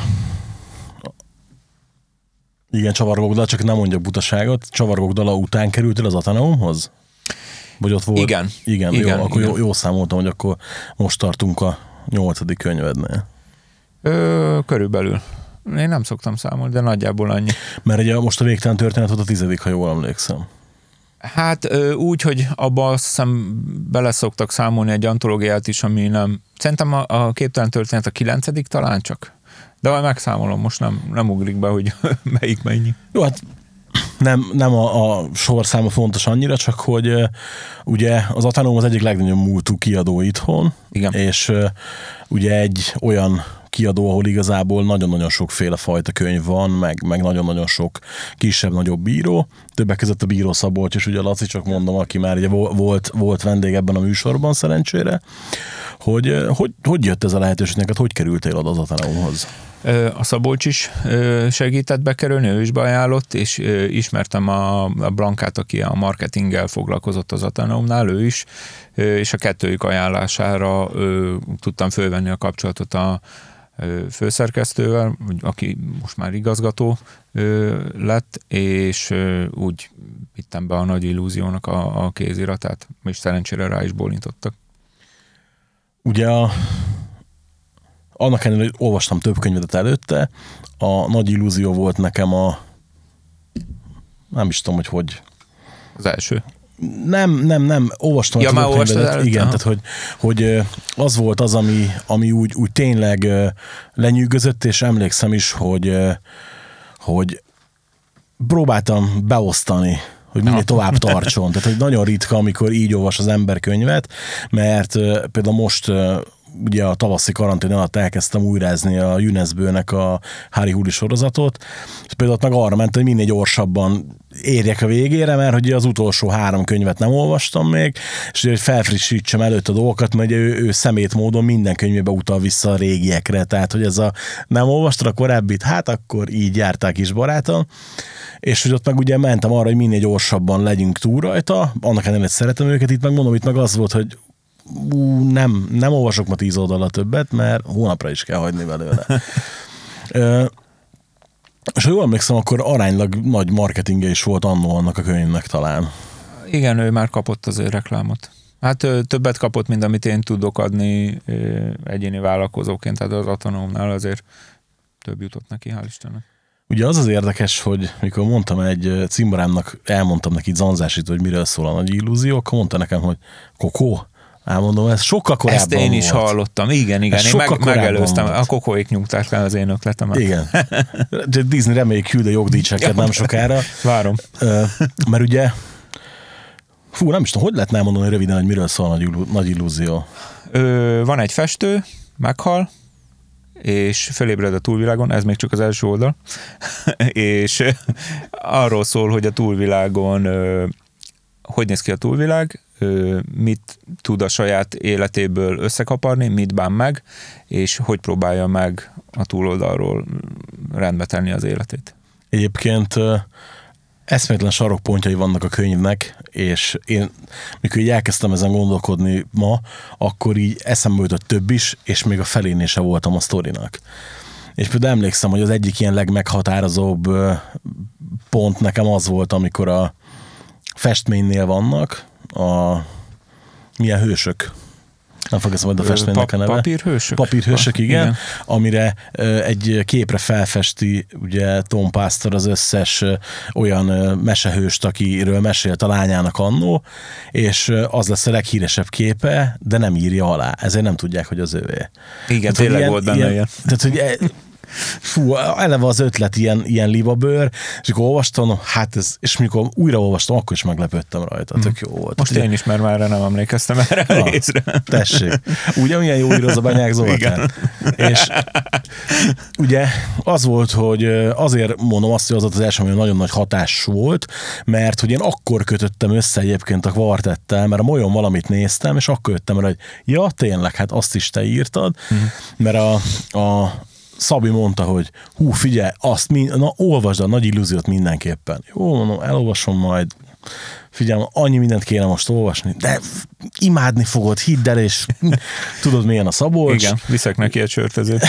igen, Csavargók, csak nem mondja butaságot, Csavargók dala után kerültél az Ateneumhoz? Vagy ott volt? Igen. Igen, igen jó, akkor igen. Jó, jó számoltam, hogy akkor most tartunk a nyolcadik könyvednél. Ö, körülbelül. Én nem szoktam számolni, de nagyjából annyi. Mert ugye most a Végtelen történet volt a tizedik, ha jól emlékszem. Hát úgy, hogy abba azt hiszem bele szoktak számolni egy antológiát is, ami nem... Szerintem a, a Képtelen történet a kilencedik talán csak. De majd megszámolom, most nem, nem ugrik be, hogy melyik mennyi. Jó, hát nem, nem a, a sorszáma fontos annyira, csak hogy uh, ugye az Ateneum az egyik legnagyobb múltú kiadó itthon, igen. És uh, ugye egy olyan kiadó, ahol igazából nagyon-nagyon sokféle fajta könyv van, meg, meg nagyon-nagyon sok kisebb-nagyobb bíró. Többek között a Bíró Szabolcs is, ugye Laci, csak mondom, aki már ugye volt, volt vendég ebben a műsorban szerencsére, hogy hogy, hogy jött ez a lehetőség neked, hogy kerültél oda az Ateneumhoz? A Szabolcs is segített bekerülni, ő is beajánlott, és ismertem a Blankát, aki a marketinggel foglalkozott az Ateneumnál, ő is, és a kettőjük ajánlására tudtam fölvenni a kapcsolatot a főszerkesztővel, aki most már igazgató lett, és úgy vittem be a Nagy Illúziónak a, a kéziratát, és szerencsére rá is bólintottak. Ugye a, annak ellenére, hogy olvastam több könyvedet előtte, a Nagy Illúzió volt nekem a nem is tudom, hogy hogy. Az első. Nem, nem, nem, olvastam ja, a már könyvedet, igen, tehát hogy, hogy az volt az, ami, ami úgy, úgy tényleg lenyűgözött, és emlékszem is, hogy, hogy próbáltam beosztani, hogy minél tovább tartson. Tehát, hogy nagyon ritka, amikor így olvas az ember könyvet, mert például most ugye a tavaszi karantén alatt elkezdtem újrázni a UNESCO-nek a Harry Houdini sorozatot, és például meg arra ment, hogy minél gyorsabban érjek a végére, mert hogy az utolsó három könyvet nem olvastam még, és hogy felfrissítsem előtt a dolgokat, mert ő, ő szemét módon minden könyvébe utal vissza a régiekre, tehát hogy ez a nem olvastad a korábbit, hát akkor így járták kis barátom, és hogy ott meg ugye mentem arra, hogy minél gyorsabban legyünk túl rajta, annak ellenére, hogy szeretem őket, itt meg mondom, itt meg az volt, hogy ú, nem, nem olvasok ma tíz oldalra többet, mert hónapra is kell hagyni belőle. Ö, és ha jól emlékszem, akkor aránylag nagy marketingje is volt annó annak a könyvnek talán. Igen, ő már kapott azért reklámot. Hát többet kapott, mint amit én tudok adni egyéni vállalkozóként, tehát az Atonómnál azért több jutott neki, hál' Istennek. Ugye az az érdekes, hogy mikor mondtam egy cimborámnak, elmondtam neki zanzásít, hogy miről szól a Nagy Illúzió, akkor mondta nekem, hogy Kokó. Elmondom, ez sokkal korábban Ezt én is volt. hallottam, igen, igen, Ez én meg, megelőztem, volt. A kokóik nyugták le az én ötletemet. Igen. Disney reméljük küld a jogdíjcseket nem sokára. Várom. Mert ugye, fú, nem is tudom, hogy lehetne elmondani röviden, hogy miről szól a Nagy, nagy Illúzió? Ö, van egy festő, meghal, és fölébred a túlvilágon, ez még csak az első oldal, és arról szól, hogy a túlvilágon hogy néz ki a túlvilág, mit tud a saját életéből összekaparni, mit bán meg, és hogy próbálja meg a túloldalról rendbe tenni az életét. Egyébként eszméletlen sarokpontjai vannak a könyvnek, és én, mikor így elkezdtem ezen gondolkodni ma, akkor így eszembe jutott több is, és még a felénél se voltam a sztorinak. És például emlékszem, hogy az egyik ilyen legmeghatározóbb pont nekem az volt, amikor a festménynél vannak a milyen hősök. Nem fog eszembe a festménynek a neve. Papírhősök? Papírhősök, igen, igen. Amire egy képre felfesti ugye Tom Pásztor az összes olyan mesehőst, akiről mesélt a lányának annó, és az lesz a leghíresebb képe, de nem írja alá. Ezért nem tudják, hogy az övé. Igen, tehát, tényleg ilyen, volt benne ilyen. ilyen. Tehát, hogy fú, eleve az ötlet ilyen, ilyen libabőr, és akkor olvastam, hát ez, és mikor újra olvastam, akkor is meglepődtem rajta, tök jó volt. Most én is, mert már nem emlékeztem erre a részre. Tessék. Ugye milyen jó ír az a Bányák Zoltán. És ugye az volt, hogy azért mondom azt, hogy az az első, hogy nagyon nagy hatás volt, mert hogy én akkor kötöttem össze egyébként a kvartettel, mert a Molyon valamit néztem, és akkor jöttem rá, hogy ja, tényleg, hát azt is te írtad, uh-huh. mert a, a Szabi mondta, hogy hú, figyelj, azt mind, na, olvasd a Nagy Illúziót mindenképpen. Jó, mondom, elolvasom majd. Figyelj, annyi mindent kéne most olvasni, de imádni fogod, hidd el, és tudod, milyen a Szabolcs. Igen, viszek neki egy sörtezőt.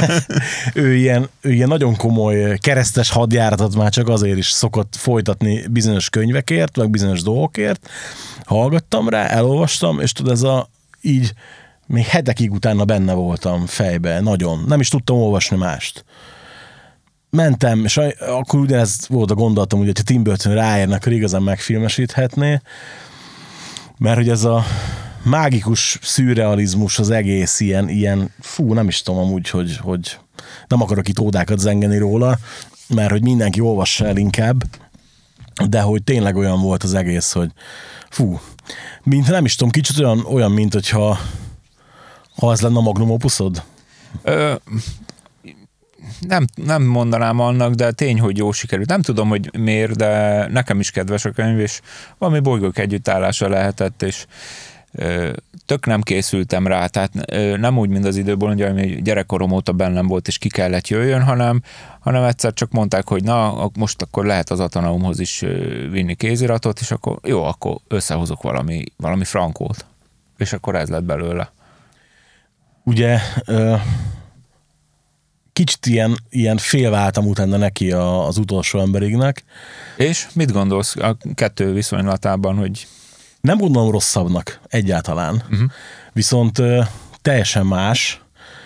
ő, ilyen, ő ilyen nagyon komoly keresztes hadjáratot már csak azért is szokott folytatni bizonyos könyvekért, meg bizonyos dolgokért. Hallgattam rá, elolvastam, és tudod, ez a így még hetekig utána benne voltam fejbe, nagyon. Nem is tudtam olvasni mást. Mentem, és akkor ugyanez volt a gondolatom, hogy ha Tim Burton ráérne, akkor igazán megfilmesíthetné, mert hogy ez a mágikus szürrealizmus, az egész ilyen, ilyen fú, nem is tudom amúgy, hogy, hogy nem akarok itt ódákat zengeni róla, mert hogy mindenki olvassa el inkább, de hogy tényleg olyan volt az egész, hogy fú, mint nem is tudom, kicsit olyan, olyan mint hogyha ha ez lenne a magnum opuszod? Ö, nem, nem mondanám annak, de tény, hogy jó sikerült. Nem tudom, hogy miért, de nekem is kedves a könyv, és valami bolygók együttállása lehetett, és ö, tök nem készültem rá, tehát ö, nem úgy, mint az időból, hogy ami gyerekkorom óta bennem volt, és ki kellett jöjjön, hanem, hanem egyszer csak mondták, hogy na, most akkor lehet az Ateneumhoz is vinni kéziratot, és akkor jó, akkor összehozok valami, valami frankót. És akkor ez lett belőle. Ugye kicsit ilyen, ilyen félváltam utána neki a, az utolsó emberignek. És mit gondolsz a kettő viszonylatában, hogy... Nem gondolom rosszabbnak egyáltalán, uh-huh. viszont ö, teljesen más,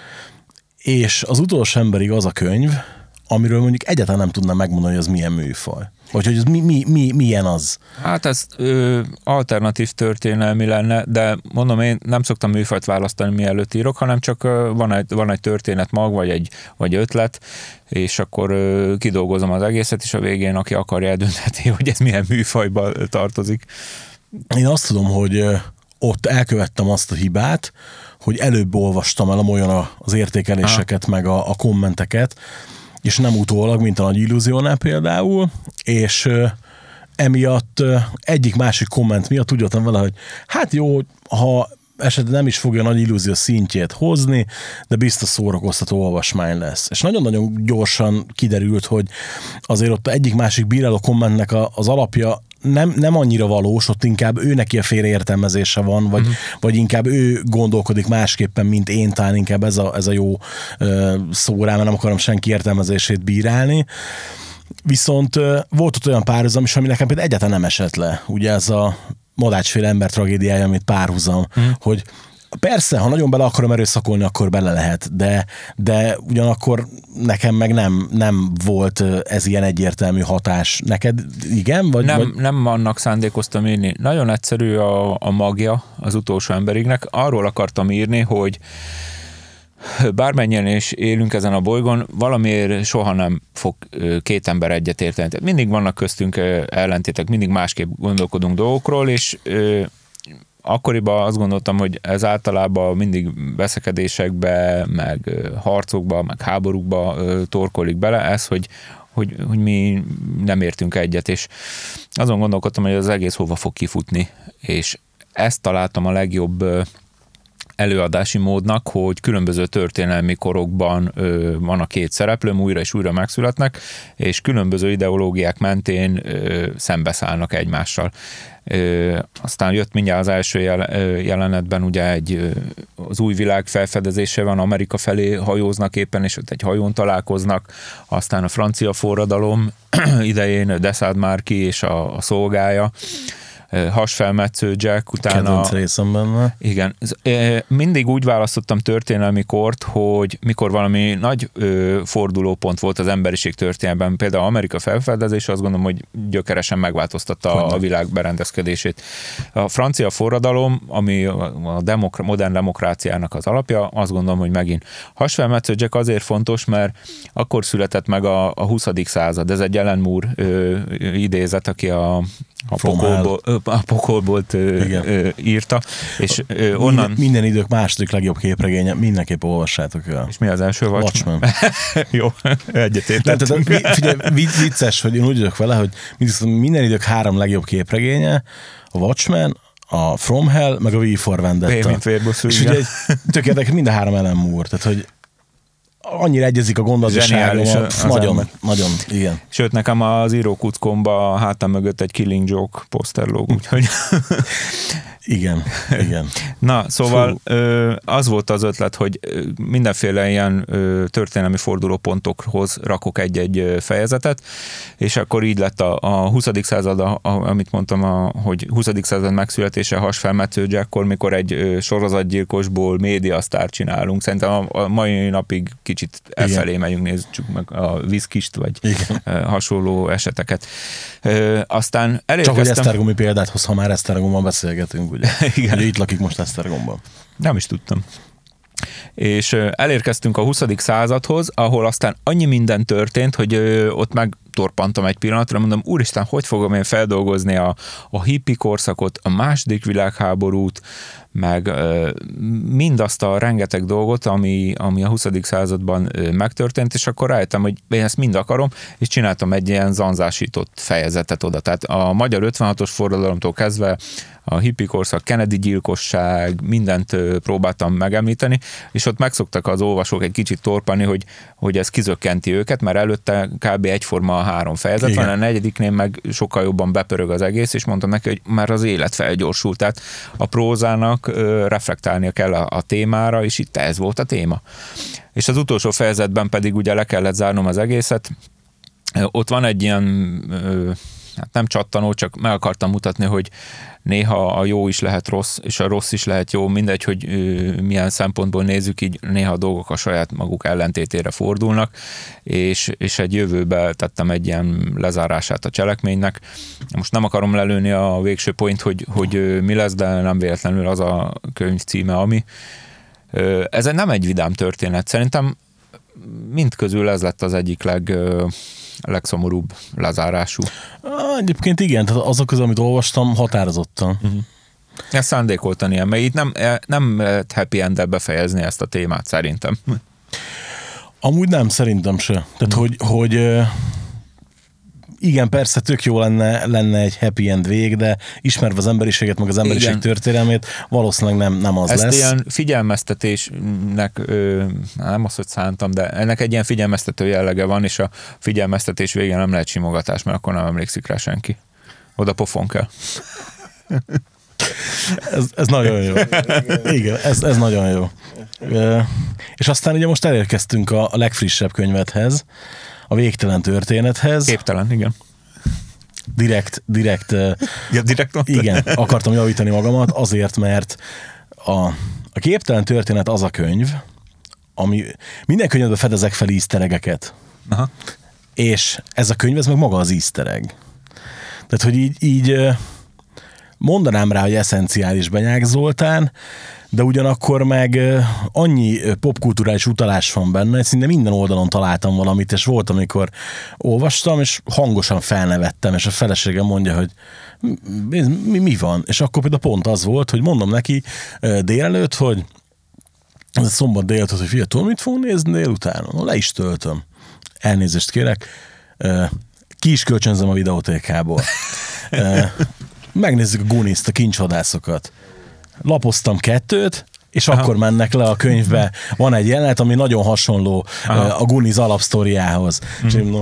és az utolsó emberig az a könyv, amiről mondjuk egyáltalán nem tudnám megmondani, hogy az milyen műfaj. Vagy hogy ez mi, mi, mi, milyen az? Hát ez ö, alternatív történelmi lenne, de mondom, én nem szoktam műfajt választani, mielőtt írok, hanem csak ö, van, egy, van egy történet mag, vagy egy vagy ötlet, és akkor ö, kidolgozom az egészet, és a végén, aki akarja, eldöntheti, hogy ez milyen műfajba tartozik. Én azt tudom, hogy ott elkövettem azt a hibát, hogy előbb olvastam el olyan az értékeléseket, ha. meg a, a kommenteket, és nem utólag, mint a Nagy Illúziónál például, és uh, emiatt uh, egyik-másik komment miatt úgy voltam vele, hogy hát jó, ha esetleg nem is fogja a Nagy Illúzió szintjét hozni, de biztos szórakoztató olvasmány lesz. És nagyon-nagyon gyorsan kiderült, hogy azért ott egyik-másik bíráló kommentnek a, az alapja nem, nem annyira valós, ott inkább ő neki a félreértelmezése van, vagy, uh-huh. vagy inkább ő gondolkodik másképpen, mint én, talán inkább ez a, ez a jó uh, szó rá, mert nem akarom senki értelmezését bírálni. Viszont uh, volt ott olyan párhuzam is, ami nekem például egyáltalán nem esett le. Ugye ez a Madácsféle ember tragédiája, amit párhuzam, uh-huh. hogy persze, ha nagyon bele akarom erőszakolni, akkor bele lehet, de, de ugyanakkor nekem meg nem, nem volt ez ilyen egyértelmű hatás. Neked igen? Vagy, nem, vagy... nem annak szándékoztam írni. Nagyon egyszerű a, a magja az utolsó emberignek. Arról akartam írni, hogy bármennyien is élünk ezen a bolygón, valamiért soha nem fog két ember egyet érteni. Tehát mindig vannak köztünk ellentétek, mindig másképp gondolkodunk dolgokról, és akkoriban azt gondoltam, hogy ez általában mindig veszekedésekbe, meg harcokba, meg háborúkba torkolik bele, ez, hogy, hogy, hogy mi nem értünk egyet, és azon gondolkodtam, hogy az egész hova fog kifutni, és ezt találtam a legjobb előadási módnak, hogy különböző történelmi korokban ö, van a két szereplőm, újra és újra megszületnek, és különböző ideológiák mentén ö, szembeszállnak egymással. Ö, aztán jött mindjárt az első jel, jelenetben ugye egy, ö, az új világ felfedezése van, Amerika felé hajóznak éppen, és ott egy hajón találkoznak, aztán a francia forradalom idején Desaad Marquis és a, a szolgája, hasfelmetsző Jack, utána... Kedvenc részem benne. Igen. Mindig úgy választottam történelmi kort, hogy mikor valami nagy ö, fordulópont volt az emberiség történelmében, például Amerika felfedezése, azt gondolom, hogy gyökeresen megváltoztatta hogy a világ berendezkedését. A francia forradalom, ami a demokra- modern demokráciának az alapja, azt gondolom, hogy megint. Hasfelmetsző Jack azért fontos, mert akkor született meg a, a huszadik század. Ez egy Alan Moore ö, idézet, aki a A pokolból, a pokolból ö, írta, és ö, onnan... Minden, minden idők második legjobb képregénye, mindenképp olvassátok el. És mi az első? Watchmen. Jó, egyetértettünk. Figyelj, vicces, hogy én úgy vagyok vele, hogy minden idők három legjobb képregénye, a Watchmen, a From Hell, meg a V for Vendetta. Mint vérbosszú, és ugye egy, tök érdekes, mind a három Alan Moore, tehát hogy annyira egyezik a gondolatos nagyon, nagyon, igen. Sőt, nekem az írókuckomba a hátam mögött egy Killing Joke poszter lóg, úgyhogy... Igen, igen. Na, szóval ö, az volt az ötlet, hogy mindenféle ilyen ö, történelmi fordulópontokhoz rakok egy-egy fejezetet, és akkor így lett a, a huszadik század, a, a, amit mondtam, a, hogy huszadik század megszületése hasfelmetsző Jackkor, mikor egy ö, sorozatgyilkosból médiasztárt csinálunk. Szerintem a, a mai napig kicsit elfelé megyünk, nézzük meg a Viszkist, vagy ö, hasonló eseteket. Ö, aztán elérkeztem... Csak hogy Esztergomi példát hoz, ha már Esztergomban beszélgetünk, ugye? Igen. Ugye itt lakik most Esztergomban. Nem is tudtam. És elérkeztünk a huszadik századhoz, ahol aztán annyi minden történt, hogy ott megtorpantam egy pillanatra, mondom, úristen, hogy fogom én feldolgozni a, a hippi korszakot, a második világháborút, meg mindazt a rengeteg dolgot, ami, ami a huszadik században megtörtént, és akkor rájöttem, hogy én ezt mind akarom, és csináltam egy ilyen zanzásított fejezetet oda. Tehát a magyar ötvenhatos forradalomtól kezdve a hippi korszak, Kennedy gyilkosság, mindent próbáltam megemlíteni, és ott megszoktak az olvasók egy kicsit torpani, hogy, hogy ez kizökkenti őket, mert előtte kb. Egyforma három fejezet Igen. van, a negyediknél meg sokkal jobban bepörög az egész, és mondtam neki, hogy már az élet felgyorsult, tehát a prózának ö, reflektálnia kell a, a témára, és itt ez volt a téma. És az utolsó fejezetben pedig ugye le kellett zárnom az egészet. Ott van egy ilyen, ö, hát nem csattanó, csak meg akartam mutatni, hogy néha a jó is lehet rossz, és a rossz is lehet jó, mindegy, hogy ö, milyen szempontból nézzük, így néha a dolgok a saját maguk ellentétére fordulnak, és, és egy jövőbe tettem egy ilyen lezárását a cselekménynek. Most nem akarom lelőni a végső point, hogy, hogy mi lesz, de nem véletlenül az a könyv címe, ami. Ez nem egy vidám történet. Szerintem mindközül ez lett az egyik leg, legszomorúbb lezárású. Egyébként igen, tehát azok közül, amit olvastam, határozottan. Uh-huh. Ezt szándékoltan ilyen, mert itt nem, nem lehet happy end-el befejezni ezt a témát, szerintem. Amúgy nem, szerintem se. Tehát, uh-huh. hogy, hogy igen, persze tök jó lenne, lenne egy happy end vég, de ismerve az emberiséget, meg az emberiség igen. történelmét, valószínűleg nem, nem az Ezt lesz. Ezt ilyen figyelmeztetésnek, ö, nem azt, hogy szántam, de ennek egy ilyen figyelmeztető jellege van, és a figyelmeztetés végén nem lehet simogatás, mert akkor nem emlékszik rá senki. Oda pofon kell. Ez, ez nagyon jó. Igen, ez, ez nagyon jó. És aztán ugye most elérkeztünk a legfrissebb könyvedhez, a Végtelen történethez. Képtelen, igen. Direkt, direkt, ja, direkt igen, akartam javítani magamat, azért, mert a, a Képtelen történet az a könyv, ami minden könyvben fedezek fel easter egg-eket. Aha. És ez a könyv, ez meg maga az easter egg. Tehát, hogy így, így mondanám rá, hogy eszenciális Benyák Zoltán, de ugyanakkor meg annyi popkulturális utalás van benne, hogy szinte minden oldalon találtam valamit, és volt, amikor olvastam, és hangosan felnevettem, és a feleségem mondja, hogy mi, mi, mi van? És akkor például pont az volt, hogy mondom neki délelőtt, hogy ez a szombat délelőtt, hogy fiatal, mit fogunk nézni délután? No, le is töltöm. Elnézést kérek. Ki is kölcsönzöm a videótékából. Megnézzük a Goonies-t, a kincsvadászokat. Lapoztam kettőt, és aha. akkor mennek le a könyvbe. Van egy jelenet, ami nagyon hasonló aha. a Goonies alapsztoriához. Mm-hmm. És, no,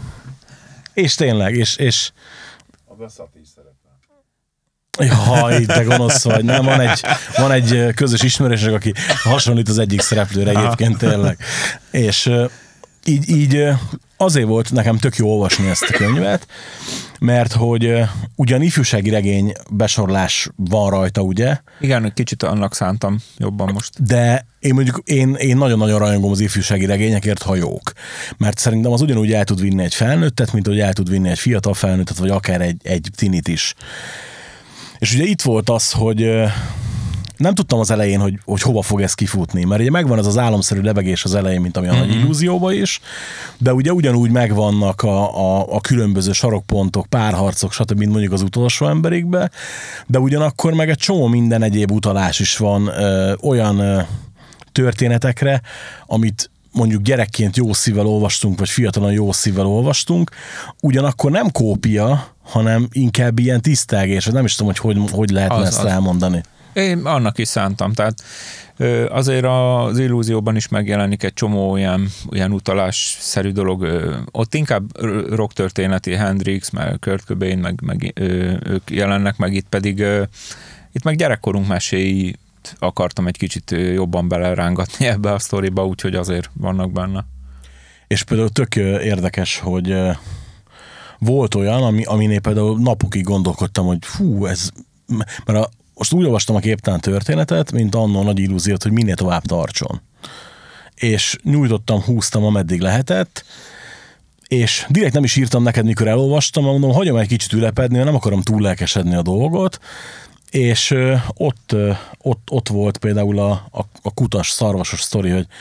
és tényleg, és... és abban a Szati is szerepel. Jaj, te gonosz vagy. Nem, van egy, van egy közös ismerősök, aki hasonlít az egyik szereplőre egyébként tényleg. És így, így azért volt nekem tök jó olvasni ezt a könyvet, mert hogy ugyan ifjúsági regény besorolás van rajta, ugye? Igen, kicsit annak szántam jobban most. De én mondjuk, én, én nagyon-nagyon rajongom az ifjúsági regényekért, ha jók. Mert szerintem az ugyanúgy el tud vinni egy felnőttet, mint hogy el tud vinni egy fiatal felnőttet, vagy akár egy, egy tinit is. És ugye itt volt az, hogy nem tudtam az elején, hogy, hogy hova fog ez kifutni, mert ugye megvan az az álomszerű lebegés az elején, mint ami a mm-hmm. Nagy illúzióban is, de ugye ugyanúgy megvannak a, a, a különböző sarokpontok, párharcok, stb., mint mondjuk az utolsó emberikbe, de ugyanakkor meg egy csomó minden egyéb utalás is van ö, olyan ö, történetekre, amit mondjuk gyerekként jó szívvel olvastunk, vagy fiatalon jó szívvel olvastunk, ugyanakkor nem kópia, hanem inkább ilyen tisztelgés, vagy nem is tudom, hogy hogy, hogy lehetne az, ezt az. elmondani. Én annak is szántam, tehát azért az illúzióban is megjelenik egy csomó olyan, olyan utalásszerű dolog. Ott inkább rock történeti, Hendrix, meg Kurt Cobain, meg, meg ők jelennek, meg itt pedig itt meg gyerekkorunk meséi akartam egy kicsit jobban belerángatni ebbe a sztoriba, úgyhogy azért vannak benne. És például tök érdekes, hogy volt olyan, ami, aminél például napokig gondolkodtam, hogy fú, ez... Mert a, most úgy olvastam a Képtelen történetet, mint annól Nagy illúziót, hogy minél tovább tartson. És nyújtottam, húztam, ameddig lehetett, és direkt nem is írtam neked, mikor elolvastam, mondom, hagyom egy kicsit ülepedni, mert nem akarom túl lelkesedni a dolgot, és ott, ott, ott volt például a, a, a kutas, szarvasos sztori, hogy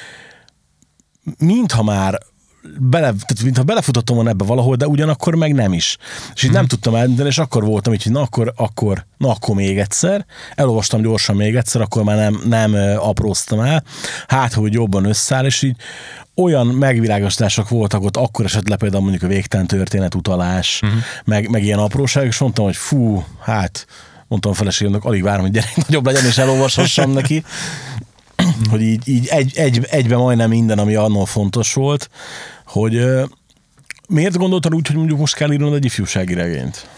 mintha már bele, tehát mintha belefutottam volna ebbe valahol, de ugyanakkor meg nem is. És így hmm. nem tudtam eldönteni, és akkor voltam így, hogy na akkor, akkor, na akkor még egyszer. Elolvastam gyorsan még egyszer, akkor már nem, nem apróztam el. Hát, hogy jobban összeáll, és így olyan megvilágosítások voltak ott, akkor esett le például mondjuk a Végtelen történet utalás, hmm. meg, meg ilyen apróság, és mondtam, hogy fú, hát mondtam a feleségemnek, alig várom, hogy gyerek nagyobb legyen, és elolvashassam neki. Hogy így, így egy, egy, egyben majdnem minden, ami annól fontos volt, hogy Miért gondoltad úgy, hogy mondjuk most kell írnod egy ifjúsági regényt?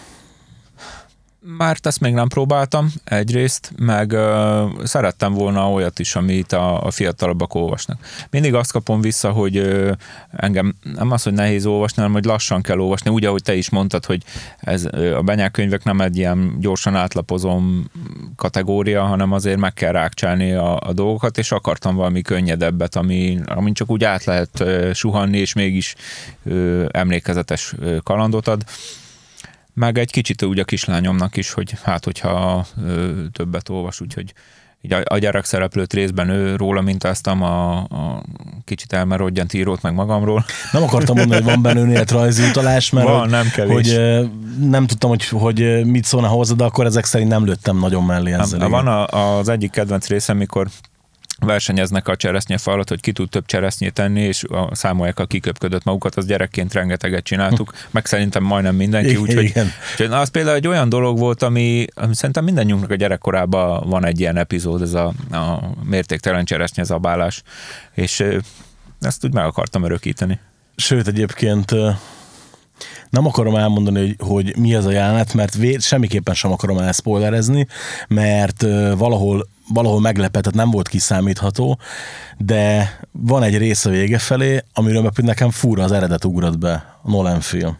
Mert ezt még nem próbáltam egyrészt, meg uh, szerettem volna olyat is, amit a, a fiatalabbak olvasnak. Mindig azt kapom vissza, hogy uh, engem nem az, hogy nehéz olvasni, hanem hogy lassan kell olvasni, úgy, ahogy te is mondtad, hogy ez, uh, a benyákkönyvek nem egy ilyen gyorsan átlapozom kategória, hanem azért meg kell rákcsálni a, a dolgokat, és akartam valami könnyedebbet, ami, amin csak úgy át lehet uh, suhanni, és mégis uh, emlékezetes uh, kalandot ad. Meg egy kicsit úgy a kislányomnak is, hogy hát, hogyha ö, többet olvas, úgyhogy így a, a gyerek szereplőt részben ő róla mintáztam, a, a kicsit elmerodjant írót meg magamról. Nem akartam mondani, hogy van benne önéletrajzi utalás, mert van, hogy, nem kevés. hogy nem tudtam, hogy, hogy mit szólna hozzá, de akkor ezek szerint nem lőttem nagyon mellé ezzel. Nem, van a, az egyik kedvenc részem, mikor versenyeznek a cseresznyefal alatt, hogy ki tud több cseresznyét tenni, és a számolják a kiköpködött magukat, az gyerekként rengeteget csináltuk, meg szerintem majdnem mindenki, úgyhogy úgy, az például egy olyan dolog volt, ami, ami szerintem mindannyiunknak a gyerekkorában van egy ilyen epizód, ez a, a mértéktelen cseresznye zabálás, és ezt úgy meg akartam örökíteni. Sőt, egyébként nem akarom elmondani, hogy, hogy mi az a jelenet, mert vé- semmiképpen sem akarom elszpoilerezni, mert valahol valahol meglepett, tehát nem volt kiszámítható, de van egy rész a vége felé, amiről meg nekem fúra az eredet ugrott be, a Nolan film.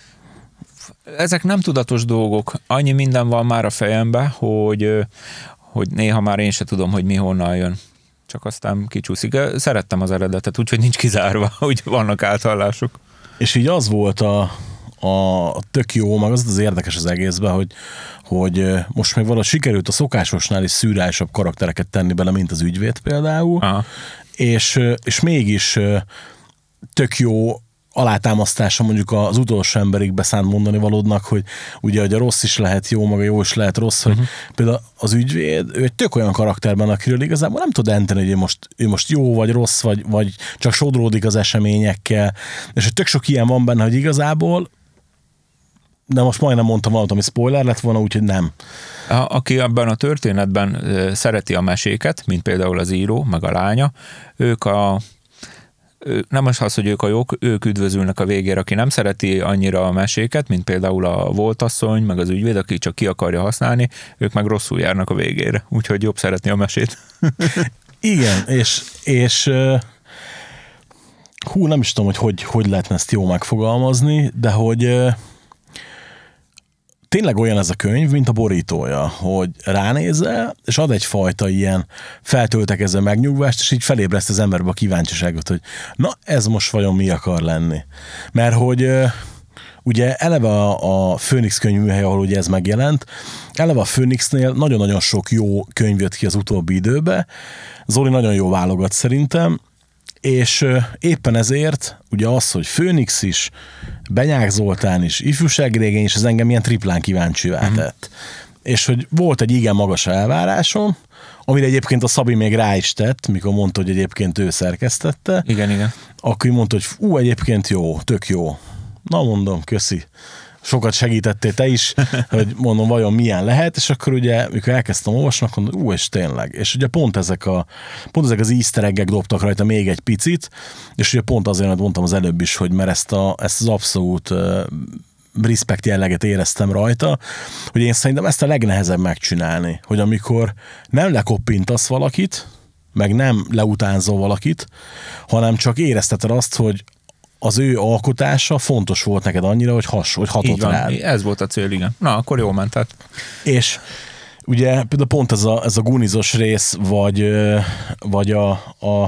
Ezek nem tudatos dolgok. Annyi minden van már a fejembe, hogy, hogy néha már én se tudom, hogy mi honnan jön. Csak aztán kicsúszik. Szerettem az eredetet, úgyhogy nincs kizárva, hogy vannak áthallások. És így az volt a, a tök jó, meg az az érdekes az egészben, hogy, hogy most meg valahogy sikerült a szokásosnál is szürreálisabb karaktereket tenni bele, mint az ügyvéd például, és, és mégis tök jó alátámasztása mondjuk az utolsó emberig beszánt mondani valódnak, hogy ugye, hogy a rossz is lehet jó, meg a jó is lehet rossz, hogy uh-huh. például az ügyvéd, ő egy tök olyan karakterben, akiről igazából nem tud dönteni, hogy ő most, ő most jó, vagy rossz, vagy, vagy csak sodródik az eseményekkel, és hogy tök sok ilyen van benne, hogy igazából, de most majdnem mondtam valamit, ami spoiler lett volna, úgyhogy nem. A, aki abban a történetben szereti a meséket, mint például az író, meg a lánya, ők a nem az az, hogy ők a jók, ők üdvözülnek a végére, aki nem szereti annyira a meséket, mint például a voltasszony, meg az ügyvéd, aki csak ki akarja használni, ők meg rosszul járnak a végére, úgyhogy jobb szeretni a mesét. Igen, és, és hú, nem is tudom, hogy, hogy hogy lehetne ezt jól megfogalmazni, de hogy tényleg olyan ez a könyv, mint a borítója, hogy ránézel, és ad egyfajta ilyen feltöltekező megnyugvást, és így felébreszt az emberbe a kíváncsiságot, hogy na, ez most vajon mi akar lenni. Mert hogy ugye eleve a, a Főnix könyvműhely, ahol ugye ez megjelent, eleve a Főnixnél nagyon-nagyon sok jó könyv jött ki az utóbbi időbe, Zoli nagyon jó válogat szerintem, és éppen ezért ugye az, hogy Főnix is, Benyák Zoltán is, ifjúsági regény is, az engem ilyen triplán kíváncsivá tett. Uh-huh. És hogy volt egy igen magas elvárásom, amire egyébként a Szabi még rá is tett, mikor mondta, hogy egyébként ő szerkesztette. Igen, igen. Akkor mondta, hogy ú, egyébként jó, tök jó. Na mondom, köszi. Sokat segítettél te is, hogy mondom, vajon milyen lehet, és akkor ugye, mikor elkezdtem olvasni, akkor mondom, ú, és tényleg. És ugye pont ezek, a, pont ezek az easter egg-ek dobtak rajta még egy picit, és ugye pont azért, amit mondtam az előbb is, hogy mert ezt, a, ezt az abszolút uh, respect jelleget éreztem rajta, hogy én szerintem ezt a legnehezebb megcsinálni, hogy amikor nem lekoppintasz valakit, meg nem leutánzol valakit, hanem csak érezteted azt, hogy az ő alkotása fontos volt neked annyira, hogy, has, hogy hatott rád. Ez volt a cél, igen. Na, akkor jól ment át. És ugye például pont ez a, ez a gunizos rész, vagy, vagy a, a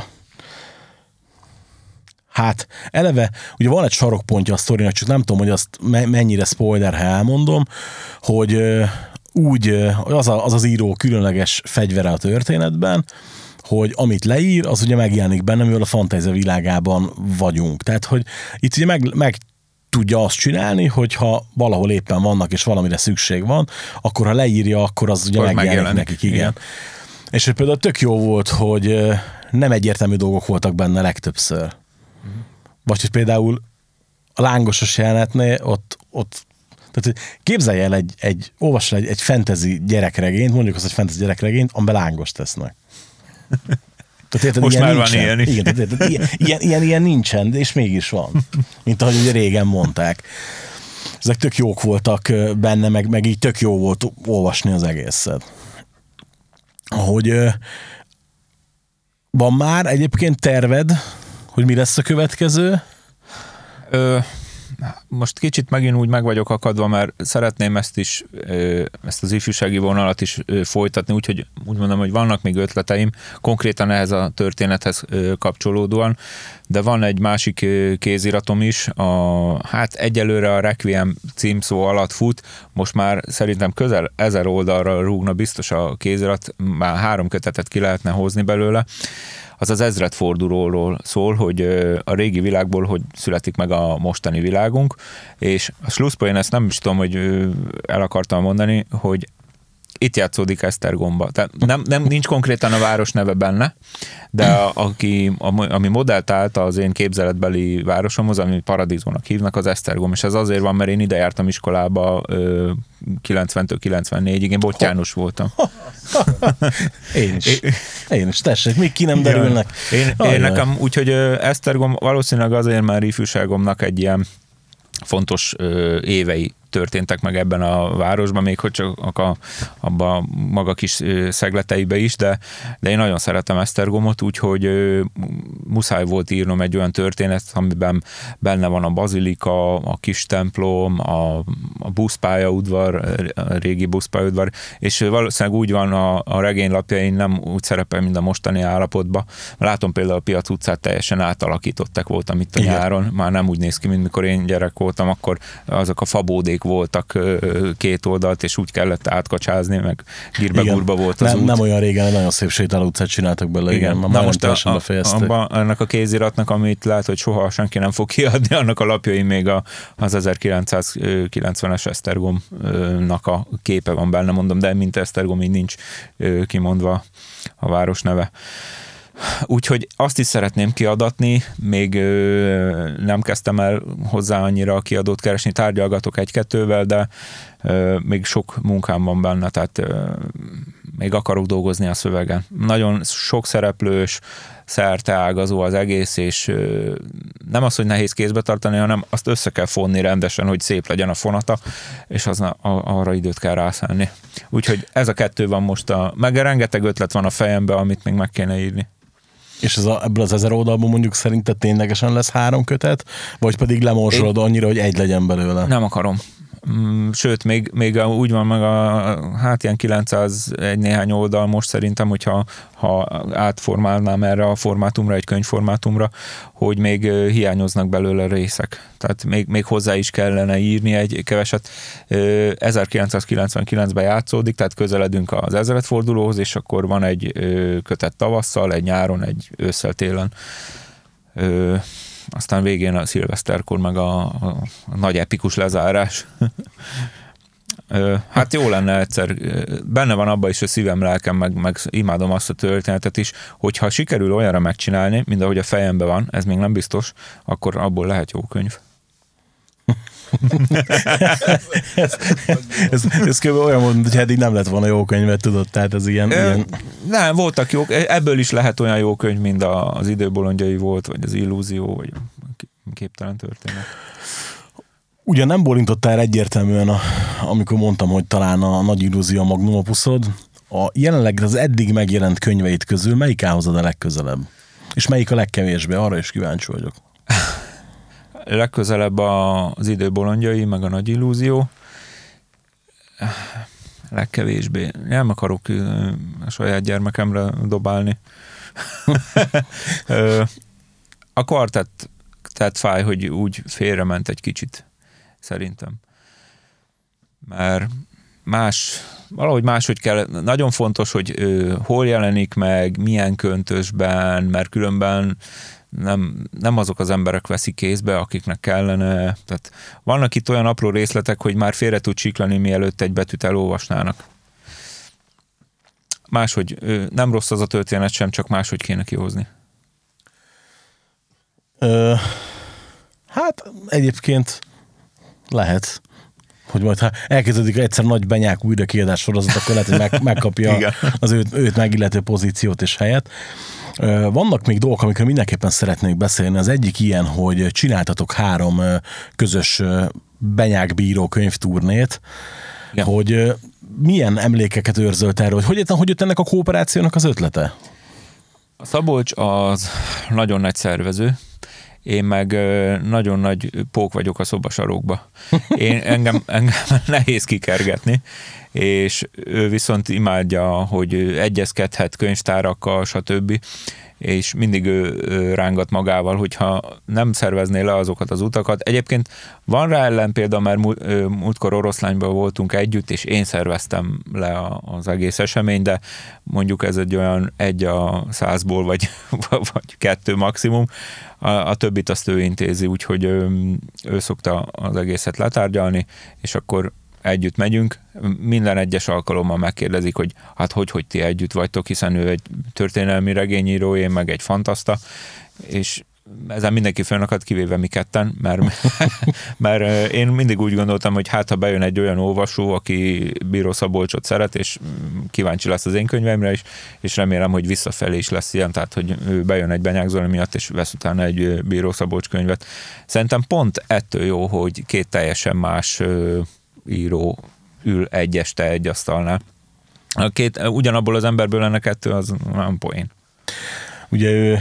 hát eleve, ugye van egy sarokpontja a sztorinak, csak nem tudom, hogy azt mennyire spoiler, ha elmondom, hogy úgy az a, az, az író különleges fegyvere a történetben, hogy amit leír, az ugye megjelenik benne, mivel a fantázia világában vagyunk. Tehát, hogy itt ugye meg, meg tudja azt csinálni, hogyha valahol éppen vannak, és valamire szükség van, akkor ha leírja, akkor az ugye megjelenik, megjelenik nekik, igen. igen. És hogy például tök jó volt, hogy nem egyértelmű dolgok voltak benne legtöbbször. Uh-huh. Vagy hogy például a lángosos jelenetnél ott, ott tehát képzelj el egy, egy olvass egy, egy fantasy gyerekregényt, mondjuk azt, hogy fantasy gyerekregényt, amiben lángos tesznek. érted, Most ilyen már nincsen. van ilyen is. Igen, tehát érted, ilyen, ilyen, ilyen, ilyen nincsen, és mégis van. Mint ahogy ugye régen mondták. Ezek tök jók voltak benne, meg, meg így tök jó volt olvasni az egészet. Hogy van már egyébként terved, hogy mi lesz a következő? Ö, most kicsit megint úgy meg vagyok akadva, mert szeretném ezt is, ezt az ifjúsági vonalat is folytatni, úgyhogy úgy mondom, hogy vannak még ötleteim, konkrétan ehhez a történethez kapcsolódóan, de van egy másik kéziratom is, a, hát egyelőre a Requiem címszó alatt fut, most már szerintem közel ezer oldalra rúgna biztos a kézirat, már három kötetet ki lehetne hozni belőle. Az az ezredfordulóról szól, hogy a régi világból hogy születik meg a mostani világunk, és a slusszpoén, ezt nem is tudom, hogy el akartam mondani, hogy itt játszódik Esztergomba. Tehát nem, nem, nincs konkrétan a város neve benne, de a, aki, ami modellt állt az én képzeletbeli városomhoz, ami Paradízónak hívnak, az Esztergom, és ez azért van, mert én ide jártam iskolába kilencventől kilencvennégyig, én Bottyános voltam. Én is. Én is, tessék, még ki nem derülnek. Én, én nekem, úgyhogy Esztergom valószínűleg azért már ifjúságomnak egy ilyen fontos ö, évei történtek meg ebben a városban, még hogy csak a, abban a maga kis szegleteibe is, de, de én nagyon szeretem Esztergomot, úgyhogy ö, muszáj volt írnom egy olyan történet, amiben benne van a bazilika, a kis templom, a, a buszpályaudvar, a régi buszpályaudvar, és valószínűleg úgy van a, a regénylapjain, nem úgy szerepel, mint a mostani állapotban. Látom például a Piac utcát teljesen átalakítottak, voltam itt a Igen. nyáron, már nem úgy néz ki, mint mikor én gyerek voltam, akkor azok a fabódék voltak két oldalt, és úgy kellett átkacsázni, meg gírbe-gurba volt az nem, út. Nem olyan régen, egy nagyon szép sétáló utcát csináltak belőle, igen. igen. Na most a, a, abba, ennek a kéziratnak, amit lehet, hogy soha senki nem fog kiadni, annak a lapjai még a, az ezerkilencszázkilencvenes Esztergomnak a képe van benne, mondom, de mint Esztergom így nincs kimondva a város neve. Úgyhogy azt is szeretném kiadatni, még ö, nem kezdtem el hozzá annyira a kiadót keresni, tárgyalgatok egy-kettővel, de ö, még sok munkám van benne, tehát ö, még akarok dolgozni a szövegen. Nagyon sok szereplős, szerteágazó az egész, és ö, nem az, hogy nehéz kézbe tartani, hanem azt össze kell fonni rendesen, hogy szép legyen a fonata, és az, a, arra időt kell rászállni. Úgyhogy ez a kettő van most, a, meg rengeteg ötlet van a fejemben, amit még meg kéne írni. És ez a, ebből az ezer oldalból mondjuk szerinted ténylegesen lesz három kötet, vagy pedig lemorsolod annyira, hogy egy legyen belőle? Nem akarom. Sőt, még, még úgy van meg a, hát ilyen kilencszázegy néhány oldal most szerintem, hogyha ha átformálnám erre a formátumra, egy könyvformátumra, hogy még hiányoznak belőle részek. Tehát még, még hozzá is kellene írni egy keveset. ezerkilencszázkilencvenkilencben játszódik, tehát közeledünk az ezredfordulóhoz, és akkor van egy kötet tavasszal, egy nyáron, egy ősszel, télen. Aztán végén a szilveszterkor meg a, a, a nagy epikus lezárás. Hát jó lenne egyszer, benne van abban is a szívem, lelkem, meg, meg imádom azt a történetet is, hogyha sikerül olyanra megcsinálni, mint ahogy a fejemben van, ez még nem biztos, akkor abból lehet jó könyv. ez, ez, ez kb. Olyan mondom, hogy eddig nem lett volna jó könyvet, tudod, tehát ez ilyen... Ö, ilyen... Nem, voltak jók, ebből is lehet olyan jó könyv, mint az Időbolondjai volt, vagy az Illúzió, vagy a Képtelen történet. Ugye nem bólintottál egyértelműen, a, amikor mondtam, hogy talán a Nagy Illúzió a magnum opuszod. A jelenleg az eddig megjelent könyveit közül melyik állhozod a legközelebb? És melyik a legkevésbé? Arra is kíváncsi vagyok. Legközelebb az Időbolondjai, meg a Nagy Illúzió. Legkevésbé. Nem akarok a saját gyermekemre dobálni. A kvartett, tehát fáj, hogy úgy félrement egy kicsit, szerintem. Mert más, valahogy máshogy kell, nagyon fontos, hogy ö, hol jelenik meg, milyen köntösben, mert különben nem, nem azok az emberek veszik kézbe, akiknek kellene. Tehát vannak itt olyan apró részletek, hogy már félre tud csiklani, mielőtt egy betűt elolvasnának. Máshogy ö, nem rossz az a történet sem, csak máshogy kéne kihozni. Ö, hát egyébként lehet. hogy majd ha elkezdődik egyszer nagy benyák újra kiadás sorozat, akkor lehet, hogy meg, megkapja az őt, őt megillető pozíciót és helyet. Vannak még dolgok, amikről mindenképpen szeretnék beszélni. Az egyik ilyen, hogy csináltatok három közös benyákbíró könyvturnét, ja. hogy milyen emlékeket őrzölt erről, hogy hogy, hogy jött ennek a kooperációnak az ötlete? A Szabolcs az nagyon nagy szervező, én meg nagyon nagy pók vagyok a szobasarokba. Én, engem, engem nehéz kikergetni, és ő viszont imádja, hogy egyezkedhet könyvtárakkal, stb., és mindig ő rángat magával, hogyha nem szervezné le azokat az utakat. Egyébként van rá ellenpélda, mert múltkor Oroszlányban voltunk együtt, és én szerveztem le az egész eseményt, de mondjuk ez egy olyan egy a százból, vagy, vagy kettő maximum. A, a többit azt ő intézi, úgyhogy ő, ő szokta az egészet letárgyalni, és akkor együtt megyünk. Minden egyes alkalommal megkérdezik, hogy hát hogy, hogy ti együtt vagytok, hiszen ő egy történelmi regényíró, én meg egy fantaszta, és ezen mindenki fölnakad, kivéve mi ketten, mert, mert én mindig úgy gondoltam, hogy hát ha bejön egy olyan olvasó, aki Bíró Szabolcsot szeret, és kíváncsi lesz az én könyveimre is, és remélem, hogy visszafelé is lesz ilyen, tehát hogy ő bejön egy Benyák Zoli miatt, és vesz utána egy Bíró Szabolcs könyvet. Szerintem pont ettől jó, hogy két teljesen más író ül egy este egy asztalnál. A két, ugyanabból az emberből lenne kettő, az nem poén. Ugye ő,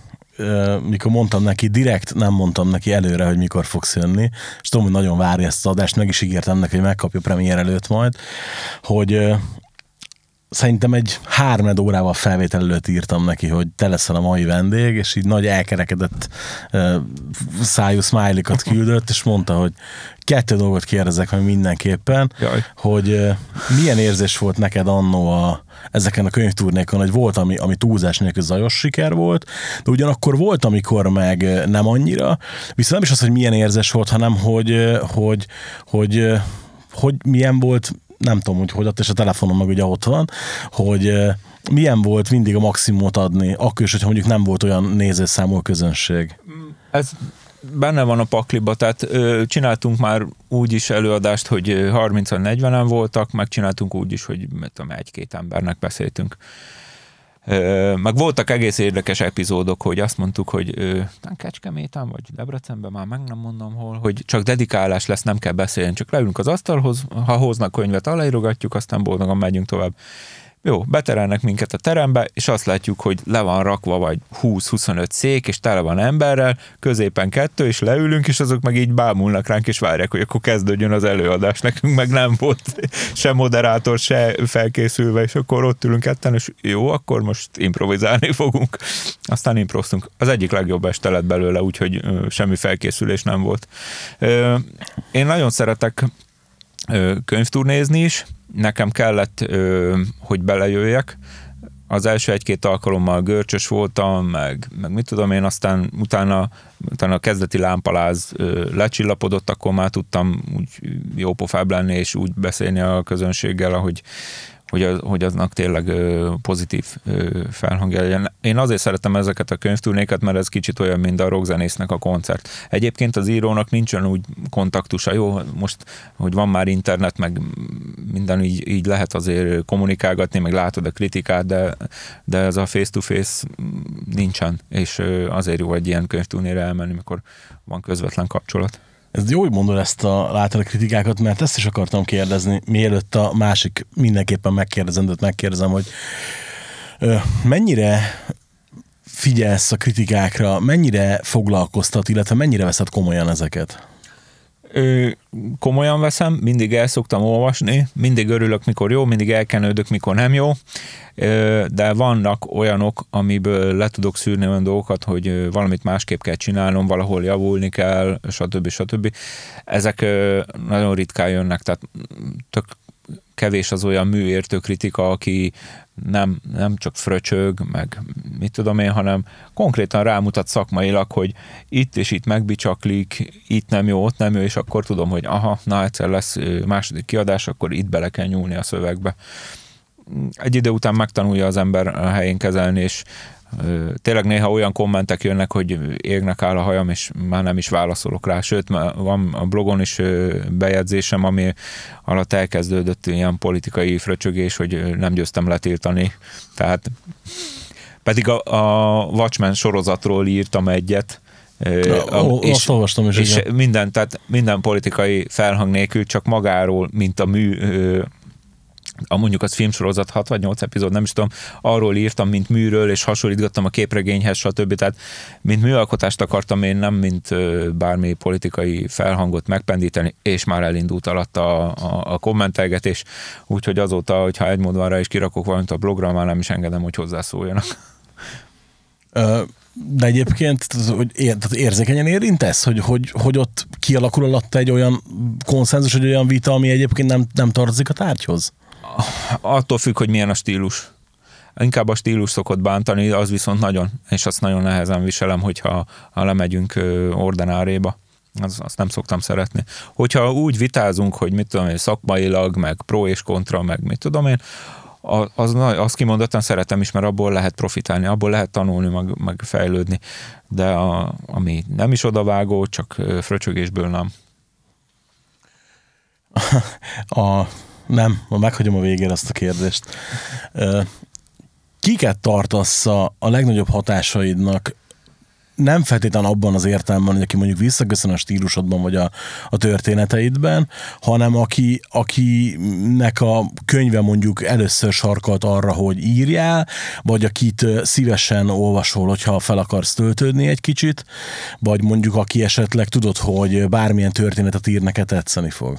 mikor mondtam neki, direkt nem mondtam neki előre, hogy mikor fogsz jönni, és tudom, hogy nagyon várja ezt az adást, meg is ígértem neki, hogy megkapja premier előtt majd, hogy szerintem egy hármed órával felvétel előtt írtam neki, hogy te leszel a mai vendég, és így nagy elkerekedett uh, szájú smiley-kat küldött, és mondta, hogy kettő dolgot kérdezek meg mindenképpen, Jaj. hogy uh, milyen érzés volt neked annó a, ezeken a könyvturnékon, hogy volt, ami, ami túlzás nélkül zajos siker volt, de ugyanakkor volt, amikor meg nem annyira, viszont nem is az, hogy milyen érzés volt, hanem hogy, hogy, hogy, hogy, hogy milyen volt, nem tudom, hogy hogy ott, és a telefonom meg ugye ott van, hogy milyen volt mindig a maximumot adni, akkor is, hogyha mondjuk nem volt olyan nézőszámú közönség. Ez benne van a pakliba, tehát ö, csináltunk már úgy is előadást, hogy harminc-negyvenen voltak, meg csináltunk úgy is, hogy tudom, egy-két embernek beszéltünk. Ö, meg voltak egész érdekes epizódok, hogy azt mondtuk, hogy ö, Kecskeméten vagy Debrecenben, már meg nem mondom hol, hogy csak dedikálás lesz, nem kell beszélni, csak leülünk az asztalhoz, ha hoznak könyvet, aláírogatjuk, aztán boldogan megyünk tovább. Jó, beterelnek minket a terembe, és azt látjuk, hogy le van rakva vagy húsz-huszonöt szék, és tele van emberrel, középen kettő, és leülünk, és azok meg így bámulnak ránk, és várják, hogy akkor kezdődjön az előadás. Nekünk meg nem volt se moderátor, se felkészülve, és akkor ott ülünk ketten, és jó, akkor most improvizálni fogunk. Aztán improviztunk. Az egyik legjobb este lett belőle, úgyhogy semmi felkészülés nem volt. Én nagyon szeretek könyvturnézni is, nekem kellett, hogy belejöjjek. Az első egy-két alkalommal görcsös voltam, meg, meg mit tudom én, aztán utána, utána a kezdeti lámpaláz lecsillapodott, akkor már tudtam úgy jópofább lenni, és úgy beszélni a közönséggel, ahogy hogy, az, hogy aznak tényleg ö, pozitív ö, felhangja legyen. Én azért szeretem ezeket a könyvturnékat, mert ez kicsit olyan, mint a rockzenésznek a koncert. Egyébként az írónak nincsen úgy kontaktusa. Jó, most, hogy van már internet, meg minden így, így lehet azért kommunikálgatni, meg látod a kritikát, de, de ez a face-to-face nincsen, és azért jó egy ilyen könyvturnéra elmenni, mikor van közvetlen kapcsolat. Ez jó, hogy mondod ezt a látod a kritikákat, mert ezt is akartam kérdezni, mielőtt a másik mindenképpen megkérdezendőt megkérdezem, hogy ö, mennyire figyelsz a kritikákra, mennyire foglalkoztat, illetve mennyire veszed komolyan ezeket? Ö, komolyan veszem, mindig el szoktam olvasni, mindig örülök, mikor jó, mindig elkenődök, mikor nem jó, ö, de vannak olyanok, amiből le tudok szűrni olyan dolgokat, hogy valamit másképp kell csinálnom, valahol javulni kell, stb. stb. Ezek ö, nagyon ritkán jönnek, tehát tök kevés az olyan műértő kritika, aki nem, nem csak fröcsög, meg mit tudom én, hanem konkrétan rámutat szakmailag, hogy itt és itt megbicsaklik, itt nem jó, ott nem jó, és akkor tudom, hogy aha, na egyszer lesz második kiadás, akkor itt bele kell nyúlni a szövegbe. Egy idő után megtanulja az ember a helyén kezelni, és Tényleg néha olyan kommentek jönnek, hogy égnek áll a hajam, és már nem is válaszolok rá. Sőt, van a blogon is bejegyzésem, ami alatt elkezdődött ilyen politikai fröcsögés, hogy nem győztem letiltani. Tehát pedig a, a Watchmen sorozatról írtam egyet, A, ó, és, azt olvastam is, és minden, tehát minden politikai felhang nélkül csak magáról, mint a mű, a mondjuk az filmsorozat hat vagy nyolc epizód, nem is tudom, arról írtam, mint műről, és hasonlítgattam a képregényhez, stb. Tehát mint műalkotást akartam én, nem mint bármi politikai felhangot megpendíteni, és már elindult alatt a, a, a kommentelgetés, úgyhogy azóta, hogyha egy mód van rá, és kirakok valamit a blogra, már nem is engedem, hogy hozzászóljanak. De egyébként hogy ér, tehát érzékenyen érintesz, hogy, hogy, hogy ott kialakul alatt egy olyan konszenzus, egy olyan vita, ami egyébként nem, nem tartozik a tárgyhoz? Attól függ, hogy milyen a stílus. Inkább a stílus szokott bántani, az viszont nagyon, és azt nagyon nehezen viselem, hogyha ha lemegyünk ordináréba. Az, azt nem szoktam szeretni. Hogyha úgy vitázunk, hogy mit tudom én, szakmailag, meg pro és kontra, meg mit tudom én, az, azt kimondottan szeretem is, mert abból lehet profitálni, abból lehet tanulni, meg, meg fejlődni, de a, ami nem is odavágó, csak fröcsögésből nem. A, nem, ma meghagyom a végére ezt a kérdést. Kiket tartasz a, a legnagyobb hatásaidnak, nem feltétlenül abban az értelemben, hogy aki mondjuk visszaköszön a stílusodban, vagy a, a történeteidben, hanem aki, akinek a könyve mondjuk először sarkalt arra, hogy írjál, vagy akit szívesen olvasol, hogyha fel akarsz töltődni egy kicsit, vagy mondjuk aki esetleg tudod, hogy bármilyen történetet ír, neked tetszeni fog.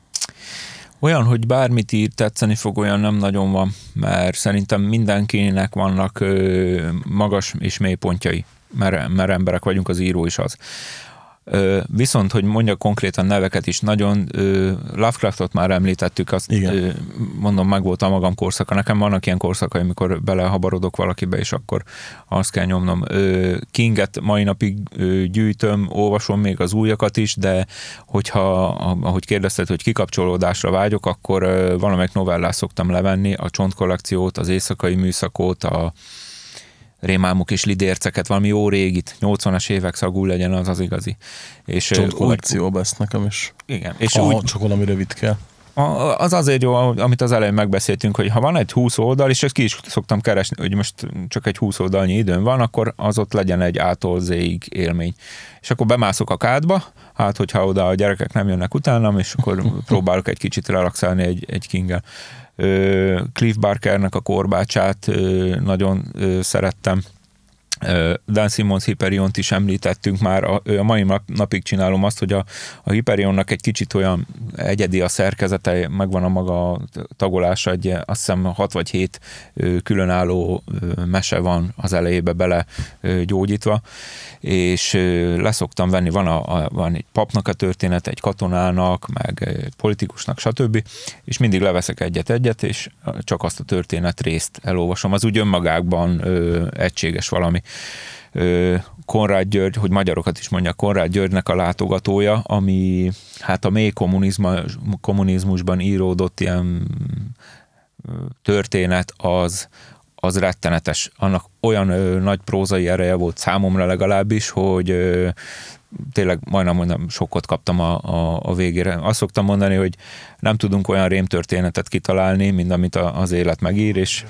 Olyan, hogy bármit ír, tetszeni fog, olyan nem nagyon van, mert szerintem mindenkinek vannak ö, magas és mély pontjai. Mert, mert emberek vagyunk, az író is az. Ö, viszont, hogy mondjak konkrétan neveket is, nagyon ö, Lovecraftot már említettük, azt ö, mondom, meg volt a magam korszaka. Nekem vannak ilyen korszaka, amikor belehabarodok valakibe, és akkor azt kell nyomnom. Ö, Kinget mai napig ö, gyűjtöm, olvasom még az újakat is, de hogyha, ahogy kérdezted, hogy kikapcsolódásra vágyok, akkor ö, valamelyik novellát szoktam levenni, a Csontkollekciót, az Éjszakai műszakot, a Rémálmok és lidérceket, valami jó régit, nyolcvanas évek szagú legyen, az az igazi. Csontkollekcióba ezt nekem is. Igen. És Aha, úgy, csak valami rövid kell. Az azért jó, amit az elején megbeszéltünk, hogy ha van egy húsz oldal, és ezt ki is szoktam keresni, hogy most csak egy húsz oldalnyi időm van, akkor az ott legyen egy A-tól Z-ig élmény. És akkor bemászok a kádba, hát hogyha oda a gyerekek nem jönnek utánam, és akkor próbálok egy kicsit relaxálni egy, egy Kinggel. Cliff Barkernek a Korbácsát nagyon szerettem. Dan Simmons Hyperiont is említettünk már, a, a mai napig csinálom azt, hogy a, a Hyperionnak egy kicsit olyan egyedi a szerkezete, megvan a maga tagolása, egy, azt hiszem hat vagy hét különálló mese van az elejébe bele gyógyítva, és leszoktam venni, van, a, a, van egy papnak a történet, egy katonának, meg egy politikusnak, stb. És mindig leveszek egyet-egyet, és csak azt a történet részt elolvasom. Az úgy önmagában ö, egységes valami. Konrád György, hogy magyarokat is mondja, Konrád Györgynek a Látogatója, ami hát a mély kommunizmusban íródott ilyen történet, az, az rettenetes. Annak olyan ö, nagy prózai ereje volt számomra legalábbis, hogy ö, tényleg majdnem, majdnem sokkot kaptam a, a, a végére. Azt szoktam mondani, hogy nem tudunk olyan rémtörténetet kitalálni, mint amit a, az élet megír, és,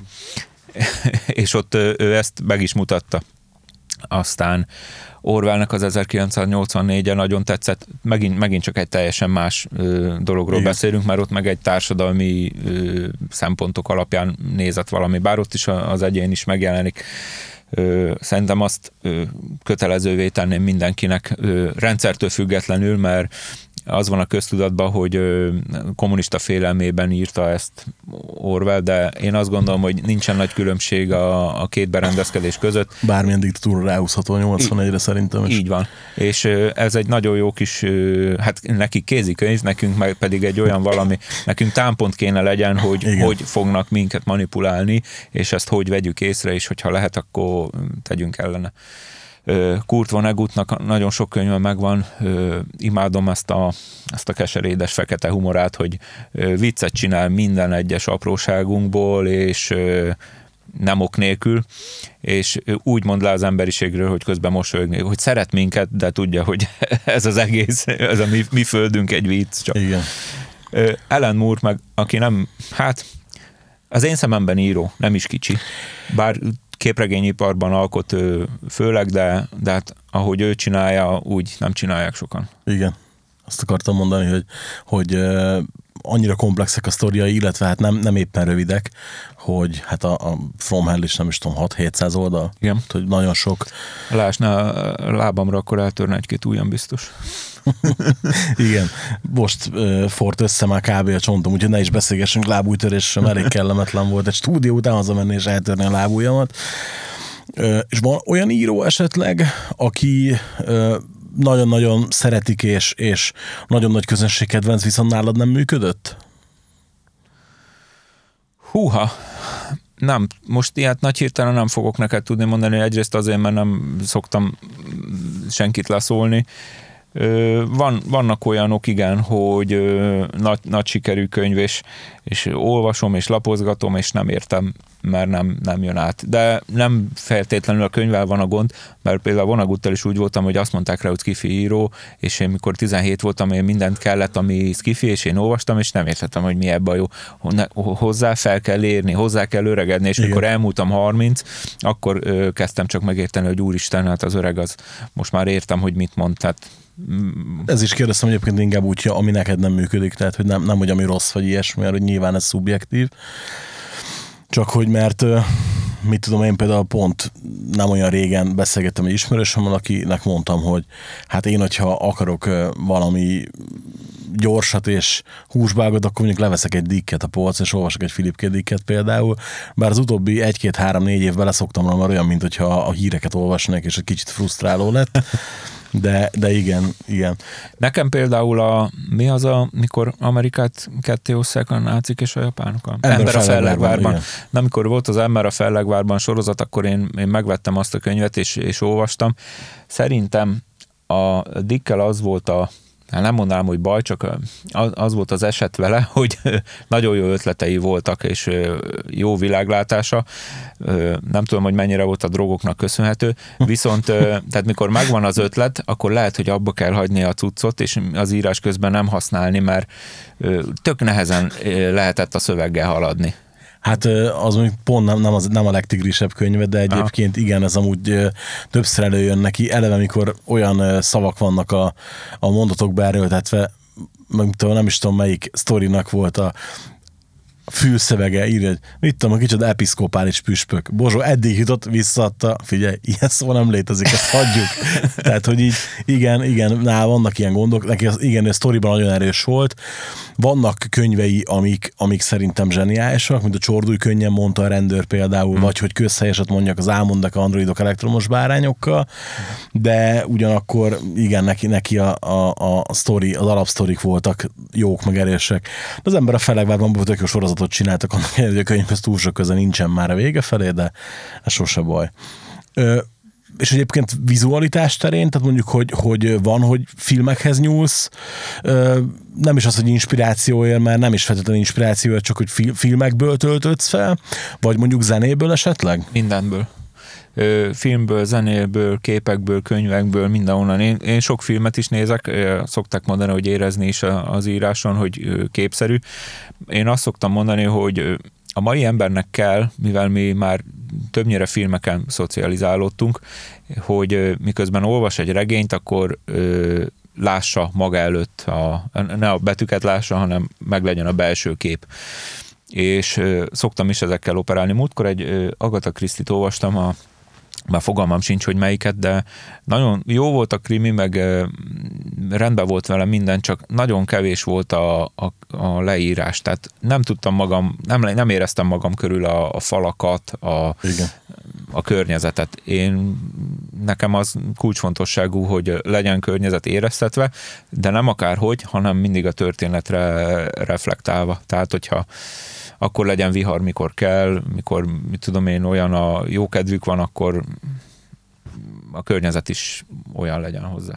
és ott ő ezt meg is mutatta. Aztán Orwellnek az ezerkilencszáznyolcvannégy nagyon tetszett, megint, megint csak egy teljesen más ö, dologról Igen. beszélünk, mert ott meg egy társadalmi ö, szempontok alapján nézett valami, bár ott is az egyén is megjelenik. Ö, szerintem azt ö, kötelezővé tenném mindenkinek ö, rendszertől függetlenül, mert az van a köztudatban, hogy ö, kommunista félelmében írta ezt Orwell, de én azt gondolom, hogy nincsen nagy különbség a, a két berendezkedés között. Bármilyen diktatúra ráhúzható nyolcvanegyre szerintem is. Így van. És ö, ez egy nagyon jó kis, ö, hát nekik kézikönyv, nekünk meg pedig egy olyan valami, nekünk támpont kéne legyen, hogy Igen. hogy fognak minket manipulálni, és ezt hogy vegyük észre, és hogyha lehet, akkor tegyünk ellene. Kurt Vonnegutnak nagyon sok könyve megvan, imádom ezt a, ezt a keserédes fekete humorát, hogy viccet csinál minden egyes apróságunkból, és nem ok nélkül, és úgy mond le az emberiségről, hogy közben mosolyogni, hogy szeret minket, de tudja, hogy ez az egész, ez a mi, mi földünk egy vicc. Csak. Igen. Alan Moore meg, aki nem, hát az én szememben író, nem is kicsi, bár képregényiparban alkot főleg, de, de hát ahogy ő csinálja, úgy nem csinálják sokan. Igen. Azt akartam mondani, hogy, hogy annyira komplexek a sztoriai, illetve hát nem, nem éppen rövidek, hogy hát a, a From Hell is nem is tudom, hat-hétszáz oldal. Igen. Hogy nagyon sok. Lásná a lábamra, akkor eltörne egy-két ujjam biztos. Igen. Most uh, fort össze már kb. A csontom, úgyhogy ne is beszélgessünk lábújtörésről, elég kellemetlen volt. Egy stúdió után hazamenni és eltörni a lábujjamat. Uh, és van olyan író esetleg, aki uh, nagyon-nagyon szeretik, és, és nagyon nagy közönség kedvenc, viszont nálad nem működött? Húha, nem, most ilyet nagy hirtelen nem fogok neked tudni mondani, egyrészt azért, mert nem szoktam senkit leszólni. Van, vannak olyanok, igen, hogy nagy, nagy sikerű könyv, és, és olvasom, és lapozgatom, és nem értem, mert nem, nem jön át. De nem feltétlenül a könyvvel van a gond, mert például a Vonaguttal is úgy voltam, hogy azt mondták rá, hogy skifi író, és én mikor tizenhét voltam, én mindent kellett, ami skifi, és én olvastam, és nem értettem, hogy mi ebben jó. Hozzá fel kell érni, hozzá kell öregedni, és igen. Mikor elmúltam harminc, akkor ö, kezdtem csak megérteni, hogy úristen, hát az öreg az, most már értem, hogy mit mond, tehát ez is kérdeztem, hogy egyébként inkább úgy, ami neked nem működik, tehát hogy nem, nem hogy ami rossz vagy ilyesmi, mert hogy nyilván ez szubjektív. Csak hogy mert, mit tudom, én például pont nem olyan régen beszélgettem egy ismerősömmel, akinek mondtam, hogy hát én, hogyha akarok valami gyorsat és húsbágot, akkor mondjuk leveszek egy dikket a polcon, és olvasok egy Philip K. Dicket például, bár az utóbbi egy-két-három-négy év beleszoktam rá, mert olyan, mint hogyha a híreket olvasnak, és egy kicsit frusztráló lett. De, de igen, igen. Nekem például a, mi az a, mikor Amerikát ketté osszák a nácik és a japánok? Ember, Ember a Fellegvárban. Na, amikor volt az Ember a Fellegvárban sorozat, akkor én, én megvettem azt a könyvet, és, és olvastam. Szerintem a Dickkel az volt a, nem mondanám, hogy baj, csak az, az volt az eset vele, hogy nagyon jó ötletei voltak, és jó világlátása. Nem tudom, hogy mennyire volt a drogoknak köszönhető, viszont tehát mikor megvan az ötlet, akkor lehet, hogy abba kell hagyni a cuccot, és az írás közben nem használni, mert tök nehezen lehetett a szöveggel haladni. Hát az mondjuk pont nem, nem, az, nem a legtigrisebb könyve, de egyébként igen, ez amúgy többször előjön neki. Eleve, amikor olyan szavak vannak a, a mondatokba erőltetve, meg nem is tudom, melyik sztorinak volt a fülszövege, írja, hogy mit tudom, a kicsoda episzkopális püspök. Bozsó eddig jutott, visszaadta, figyelj, ilyen szó nem létezik, ezt hagyjuk. Tehát, hogy így, igen, igen, nála vannak ilyen gondok, neki az, igen, a sztoriban nagyon erős volt. Vannak könyvei, amik, amik szerintem zseniálisak, mint a Csordulj könnyen, mondta a rendőr például, hmm. vagy hogy közhelyeset mondjak, az álmondnak a androidok elektromos bárányokkal, de ugyanakkor igen, neki, neki a, a, a sztori, az alapsztorik voltak jók, meg erősek. De az Ember a Fellegvárban tök jó sorozatot csináltak, annak ellenére, hogy a könyvhez túl sok köze nincsen már a vége felé, de ez sose baj. Ö, és egyébként vizualitás terén, tehát mondjuk, hogy, hogy van, hogy filmekhez nyúlsz, ö, nem is az, hogy inspirációért, mert nem is feltétlenül inspirációért, csak hogy fi, filmekből töltődsz fel, vagy mondjuk zenéből esetleg? Mindenből. Ö, filmből, zenéből, képekből, könyvekből, mindenhonnan. Én, én sok filmet is nézek, szokták mondani, hogy érezni is az íráson, hogy képszerű. Én azt szoktam mondani, hogy a mai embernek kell, mivel mi már többnyire filmeken szocializálódtunk, hogy miközben olvas egy regényt, akkor ö, lássa maga előtt, a, ne a betűket lássa, hanem meglegyen a belső kép. És ö, szoktam is ezekkel operálni. Múltkor egy ö, Agatha Christie-t olvastam, a már fogalmam sincs, hogy melyiket, de nagyon jó volt a krimi, meg rendben volt vele minden, csak nagyon kevés volt a, a, a leírás, tehát nem tudtam magam, nem, nem éreztem magam körül a, a falakat, a, a környezetet. Én, nekem az kulcsfontosságú, hogy legyen környezet éreztetve, de nem akárhogy, hanem mindig a történetre reflektálva. Tehát, hogyha akkor legyen vihar, mikor kell, mikor, mit tudom én, olyan a jó kedvük van, akkor a környezet is olyan legyen hozzá.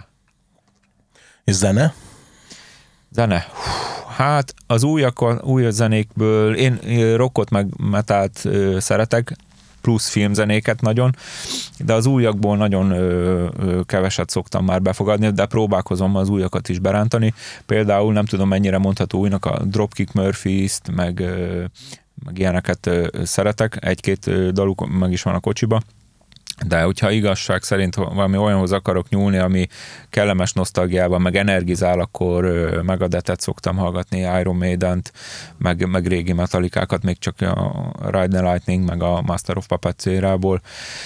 És zene? Zene? Hát az újak, új zenékből, én rockot meg metált szeretek, plusz filmzenéket nagyon, de az újakból nagyon ö, ö, keveset szoktam már befogadni, de próbálkozom az újakat is berántani. Például nem tudom mennyire mondható újnak a Dropkick Murphys-t, meg, ö, meg ilyeneket ö, szeretek, egy-két ö, daluk meg is van a kocsiba. De hogyha igazság szerint valami olyanhoz akarok nyúlni, ami kellemes nosztalgiában, meg energizál, akkor Megadethet szoktam hallgatni, Iron Maident, meg, meg régi metalikákat, még csak a Ride the Lightning, meg a Master of Puppets érából.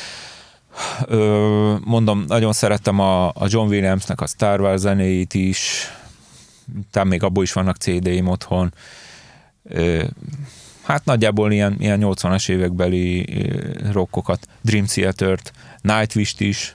Mondom, nagyon szerettem a, a John Williamsnek a Star Wars zenéit is, tehát még abból is vannak cé dé-im otthon. Hát nagyjából ilyen, ilyen nyolcvanas évekbeli rockokat, Dream Theater-t, Nightwish-t is,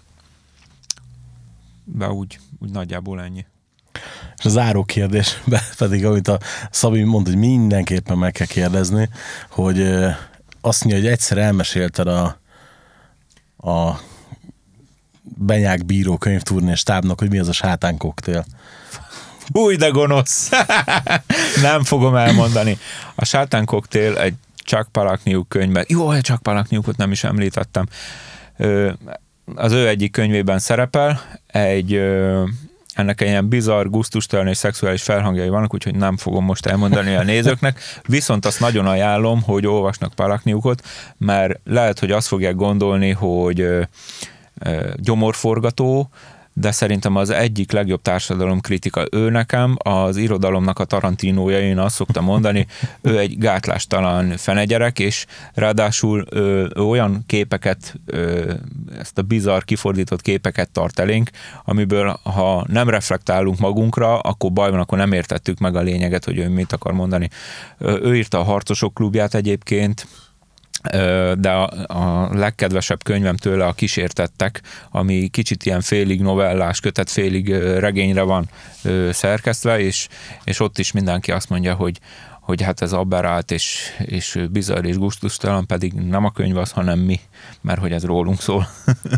de úgy, úgy nagyjából ennyi. És a záró kérdés pedig, amit a Szabi mondta, hogy mindenképpen meg kell kérdezni, hogy azt mondja, hogy egyszer elmesélted a, a Benyák Bíró könyvturné stábnak, hogy mi az a sátán koktél. Új, de gonosz! Nem fogom elmondani. A Sátán koktél egy Chuck Palahniuk könyvben, jó, a Chuck Palahniukot nem is említettem. Az ő egyik könyvében szerepel, egy, ennek egy ilyen bizarr, gusztustalan és szexuális felhangjai vannak, úgyhogy nem fogom most elmondani a nézőknek, viszont azt nagyon ajánlom, hogy olvasnak Palahniukot, mert lehet, hogy azt fogják gondolni, hogy gyomorforgató, de szerintem az egyik legjobb társadalomkritika. Ő nekem az irodalomnak a Tarantinója, én azt szoktam mondani, ő egy gátlástalan fenegyerek, és ráadásul ő, ő olyan képeket, ő, ezt a bizarr kifordított képeket tart elénk, amiből ha nem reflektálunk magunkra, akkor baj van, akkor nem értettük meg a lényeget, hogy ő mit akar mondani. Ő írta a Harcosok klubját egyébként, de a, a legkedvesebb könyvem tőle a Kísértettek, ami kicsit ilyen félig novellás kötet, félig regényre van szerkesztve, és, és ott is mindenki azt mondja, hogy, hogy hát ez aberrált, és, és bizarr és gusztustalan, pedig nem a könyv az, hanem mi, mert hogy ez rólunk szól.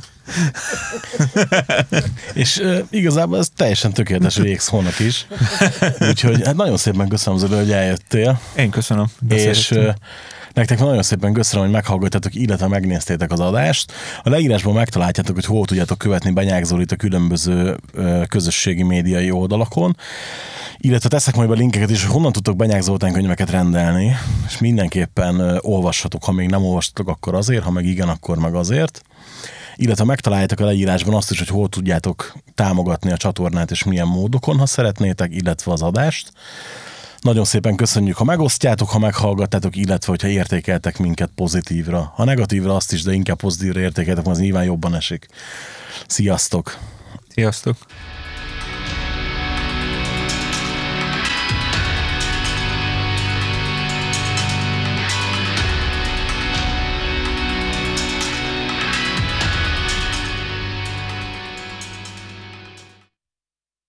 És uh, igazából ez teljesen tökéletes végszónak is. Úgyhogy hát nagyon szépen köszönöm, Zöld, hogy eljöttél. Én köszönöm. És uh, nektek nagyon szépen köszönöm, hogy meghallgattatok, illetve megnéztétek az adást. A leírásban megtaláljátok, hogy hol tudjátok követni Benyák Zolit a különböző uh, közösségi médiai oldalakon. Illetve teszek majd be linkeket is, hogy honnan tudtok Benyák Zoltán könyveket rendelni, és mindenképpen uh, olvassatok, ha még nem olvastatok, akkor azért, ha meg igen, akkor meg azért. Illetve megtaláljátok a leírásban azt is, hogy hol tudjátok támogatni a csatornát, és milyen módokon, ha szeretnétek, illetve az adást. Nagyon szépen köszönjük, ha megosztjátok, ha meghallgattátok, illetve hogyha értékeltek minket pozitívra. Ha negatívra azt is, de inkább pozitívra értékeltek, az nyilván jobban esik. Sziasztok! Sziasztok!